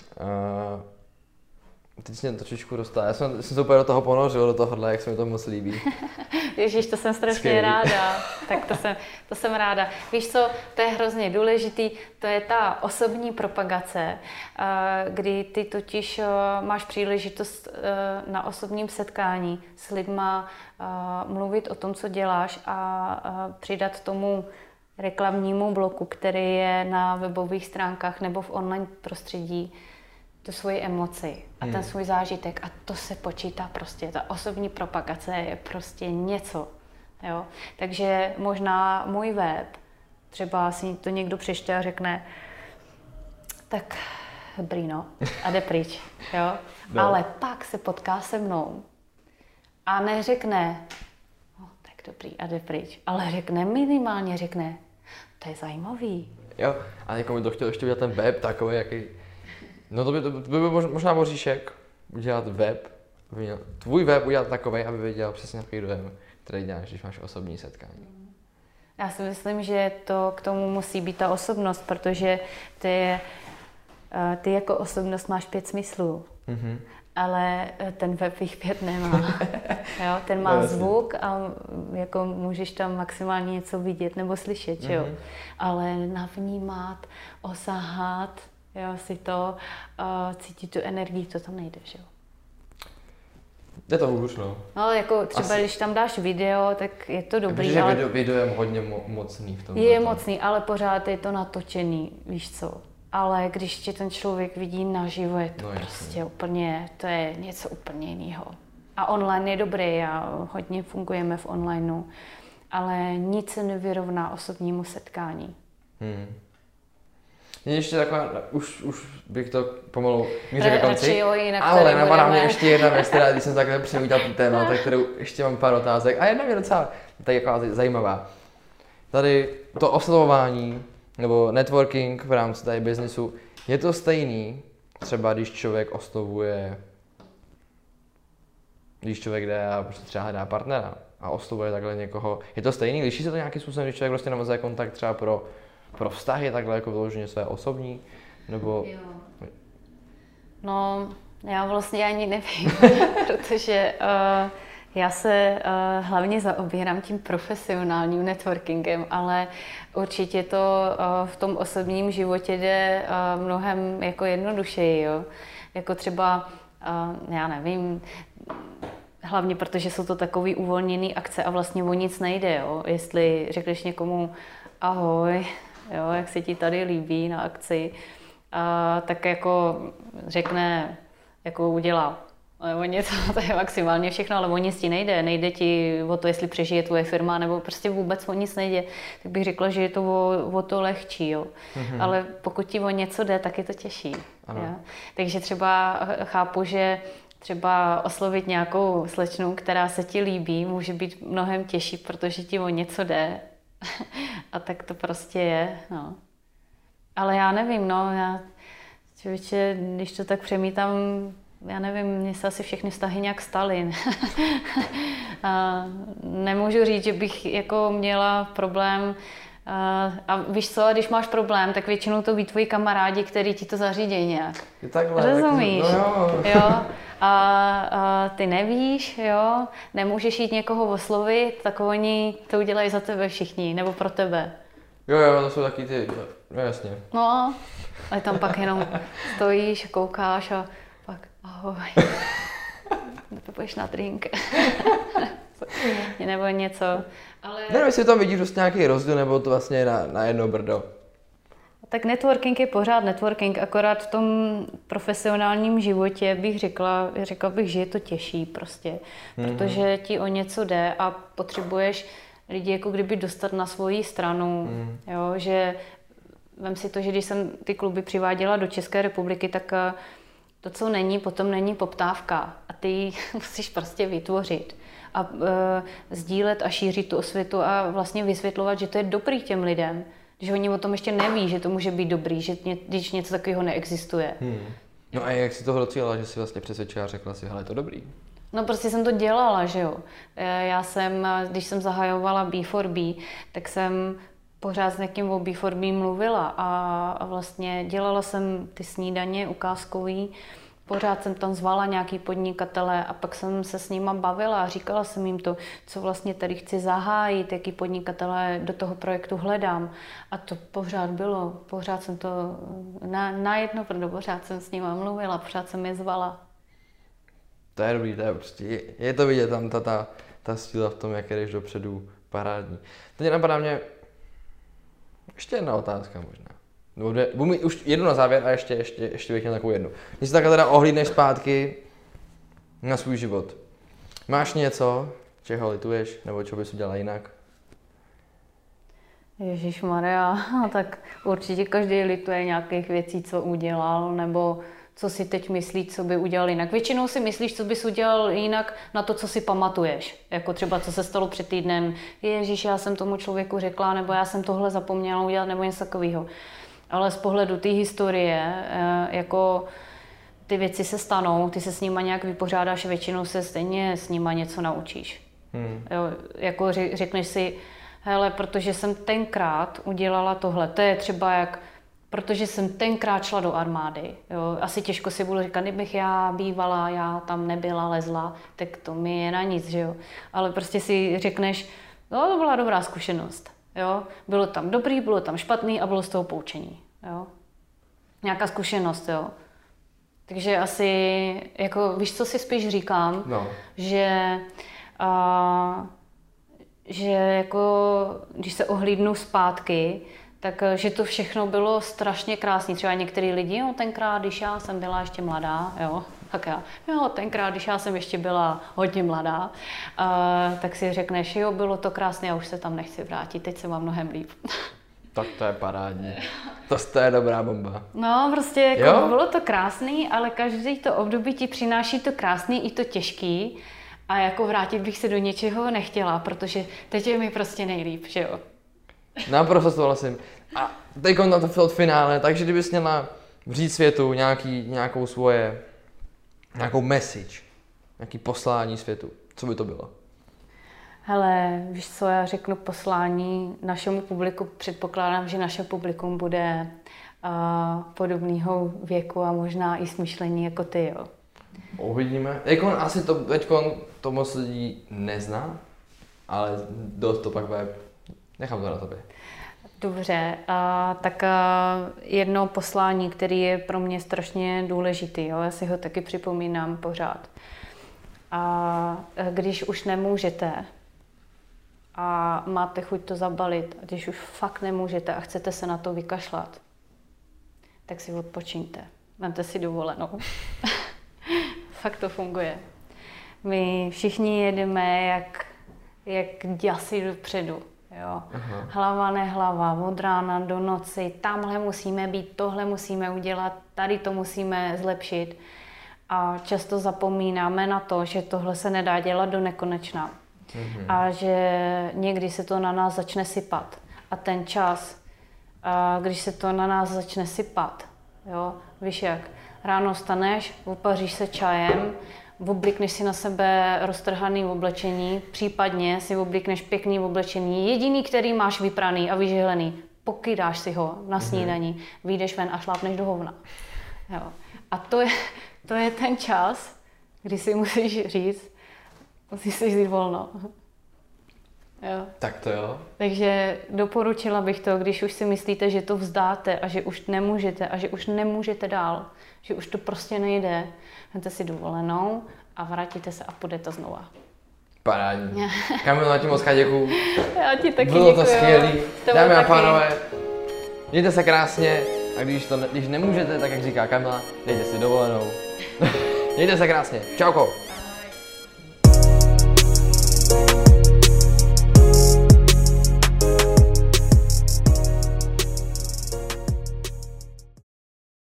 teď se mě trošičku dostala, já jsem se úplně do toho ponořil, do tohohle, jak se mi to moc líbí. Ježíš, to jsem strašně ráda, tak to jsem ráda. Víš co, to je hrozně důležitý, to je ta osobní propagace, kdy ty totiž máš příležitost na osobním setkání s lidma mluvit o tom, co děláš a přidat tomu reklamnímu bloku, který je na webových stránkách nebo v online prostředí, tu svoji emoci a ten svůj zážitek a to se počítá prostě. Ta osobní propagace je prostě něco. Jo? Takže možná můj web, třeba si to někdo přečte a řekne, tak dobrý no, a jde pryč. Jo? No. Ale pak se potká se mnou a neřekne, no, tak dobrý a jde pryč, ale minimálně řekne, to je zajímavý. Jo, a někomu to chtěl ještě udělat ten web takový, jaký. No to by byl možná Boříšek, udělat web, tvůj web udělat takový, aby věděl přesně takový dojem, který děláš, když máš osobní setkání. Já si myslím, že to k tomu musí být ta osobnost, protože ty jako osobnost máš 5 smyslů, ale ten web jich 5 nemá. Jo? Ten má zvuk a jako můžeš tam maximálně něco vidět nebo slyšet, jo? Ale navnímat, osahat, jo, si to, cítit tu energii, to tam nejde, že jo? Je to hůř, no. No, jako třeba když tam dáš video, tak je to dobrý, protože ale video je hodně mocný v tom. Je mocný, ale pořád je to natočený, víš co. Ale když tě ten člověk vidí naživo, je to prostě úplně, to je něco úplně jiného. A online je dobrý a hodně fungujeme v onlineu, ale nic se nevyrovná osobnímu setkání. Mě ještě taková, už bych to pomalu mířil ke konci, ale napadá mě ještě jedna věc, která, když jsem takhle přemítal ten téma, tak kterou ještě mám pár otázek a jedna mě docela tak jako zajímavá. Tady to oslovování nebo networking v rámci tady biznisu, je to stejný, třeba když člověk oslovuje, když člověk jde a prostě třeba hledá partnera a oslovuje takhle někoho, je to stejný, liší se to nějakým způsobem, když člověk prostě navazuje kontakt třeba pro vztahy takhle jako vyloženě své osobní, nebo... Jo. No, já vlastně ani nevím, protože já se hlavně zaobírám tím profesionálním networkingem, ale určitě to v tom osobním životě jde mnohem jako jednodušeji, jo. Jako třeba, já nevím, hlavně protože jsou to takový uvolněný akce a vlastně o nic nejde, jo. Jestli řekneš někomu ahoj, jo, jak se ti tady líbí na akci, tak jako řekne, jako udělá. Nebo něco, to je maximálně všechno, ale o nic ti nejde. Nejde ti o to, jestli přežije tvoje firma, nebo prostě vůbec o nic nejde. Tak bych řekla, že je to o to lehčí, jo. Ale pokud ti o něco jde, tak je to těžší. Jo? Takže třeba chápu, že třeba oslovit nějakou slečnu, která se ti líbí, může být mnohem těžší, protože ti o něco jde. A tak to prostě je, no. Ale já nevím, no, člověče, když to tak přemítám, já nevím, mně se asi všechny vztahy nějak staly. Nemůžu říct, že bych jako měla problém. A víš co, když máš problém, tak většinou to být tvoji kamarádi, který ti to zařídí nějak. Rozumíš? Jo. A ty nevíš, jo, nemůžeš jít někoho oslovit, tak oni to udělají za tebe všichni, nebo pro tebe. Jo, to jsou taky ty, no jasně. No, ale tam pak jenom stojíš, koukáš a pak ahoj, půjdeš na drink, nebo něco. Ale... Nevím, jestli tam vidíš prostě nějaký rozdíl, nebo to vlastně na jedno brdo. Tak networking je pořád networking, akorát v tom profesionálním životě bych řekla bych, že je to těžší prostě, protože ti o něco jde a potřebuješ lidi jako kdyby dostat na svoji stranu, jo, že vem si to, že když jsem ty kluby přiváděla do České republiky, tak to, co není, potom není poptávka a ty ji musíš prostě vytvořit a sdílet a šířit tu osvětu a vlastně vysvětlovat, že to je dobrý těm lidem, když oni o tom ještě neví, že to může být dobrý, že když něco takového neexistuje. No a jak jsi toho docílila, že jsi vlastně přesvědčila a řekla si, hele, je to dobrý? No prostě jsem to dělala, že jo. Já jsem, když jsem zahajovala B4B, tak jsem pořád s někým o B4B mluvila a vlastně dělala jsem ty snídaně ukázkový, pořád jsem tam zvala nějaký podnikatele a pak jsem se s nima bavila a říkala jsem jim to, co vlastně tady chci zahájit, jaký podnikatele do toho projektu hledám. A to pořád bylo, pořád jsem to na jedno prdo, pořád jsem s nima mluvila, pořád jsem je zvala. To je dobrý, to je prostě, je to vidět tam ta síla v tom, jak jdeš dopředu, parádní. Teď napadá mě ještě jedna otázka možná. Budu mít už jednu na závěr a ještě bych měl takovou jednu. Když se takhle teda ohlídneš zpátky na svůj život, máš něco, čeho lituješ, nebo co bys udělala jinak? Ježišmarja, tak určitě každý lituje nějakých věcí, co udělal, nebo co si teď myslí, co by udělal jinak. Většinou si myslíš, co bys udělal jinak na to, co si pamatuješ. Jako třeba, co se stalo před týdnem. Ježíš, já jsem tomu člověku řekla, nebo já jsem tohle zapomněla udělat, nebo něco takového. Ale z pohledu té historie, jako ty věci se stanou, ty se s nima nějak vypořádáš, většinou se stejně s nima něco naučíš. Jo, jako řekneš si, hele, protože jsem tenkrát udělala tohle, to je třeba jak, protože jsem tenkrát šla do armády. Jo, asi těžko si budu říkat, kdybych já bývala, já tam nebyla, lezla, tak to mi je na nic, že jo. Ale prostě si řekneš, no to byla dobrá zkušenost. Jo? Bylo tam dobrý, bylo tam špatný a bylo z toho poučení. Jo? Nějaká zkušenost, jo. Takže asi, jako, víš, co si spíš říkám? No. Že jako, když se ohlídnu zpátky, tak že to všechno bylo strašně krásné. Třeba některý lidi, jo, tenkrát, když já jsem byla ještě mladá, jo, tak já, jo, tenkrát, když já jsem ještě byla hodně mladá, tak si řekneš, jo, bylo to krásné, já už se tam nechci vrátit, teď se mám mnohem líp. Tak to je parádní. To je dobrá bomba. No, prostě jako bylo to krásný, ale každý to období ti přináší to krásný i to těžký a jako vrátit bych se do něčeho nechtěla, protože teď je mi prostě nejlíp, že jo. Naprosto souhlasím. A teď na to finále, takže kdybys měla říct světu nějakou message, nějaký poslání světu, co by to bylo? Hele, víš co, já řeknu poslání našemu publiku, předpokládám, že naše publikum bude podobného věku a možná i smýšlení jako ty, jo. Uvidíme. Asi to moc lidí nezná, ale dost to pak bude. Nechám to na tobě. Dobře, tak jedno poslání, které je pro mě strašně důležitý, jo? Já si ho taky připomínám pořád. A když už nemůžete a máte chuť to zabalit, a když už fakt nemůžete a chcete se na to vykašlat, tak si odpočiňte. Vemte si dovolenou. Fakt to funguje. My všichni jedeme jak děsi dopředu. Jo. Hlava nehlava, od rána do noci, tamhle musíme být, tohle musíme udělat, tady to musíme zlepšit. A často zapomínáme na to, že tohle se nedá dělat do nekonečna. A že někdy se to na nás začne sypat. A ten čas, když se to na nás začne sypat, jo, víš jak, ráno staneš, opaříš se čajem, oblikneš si na sebe roztrhaný oblečení, případně si oblikneš pěkný oblečení, jediný, který máš vypraný a vyžehlený, pokydáš si ho na snídani, vyjdeš ven a šlápneš do hovna. Jo. A to je ten čas, kdy si musíš říct, musíš si vzít volno. Jo. Tak to jo. Takže doporučila bych to, když už si myslíte, že to vzdáte a že už nemůžete a že už nemůžete dál, že už to prostě nejde, vezměte si dovolenou a vrátíte se a půjdete znova. Parádní. Kamilo, já ti moc děkuju. Já ti taky bylo děkuju. To skvělý. Dámy a pánové, mějte se krásně a když nemůžete, tak jak říká Kamila, dejte si dovolenou. Mějte se krásně. Čauko.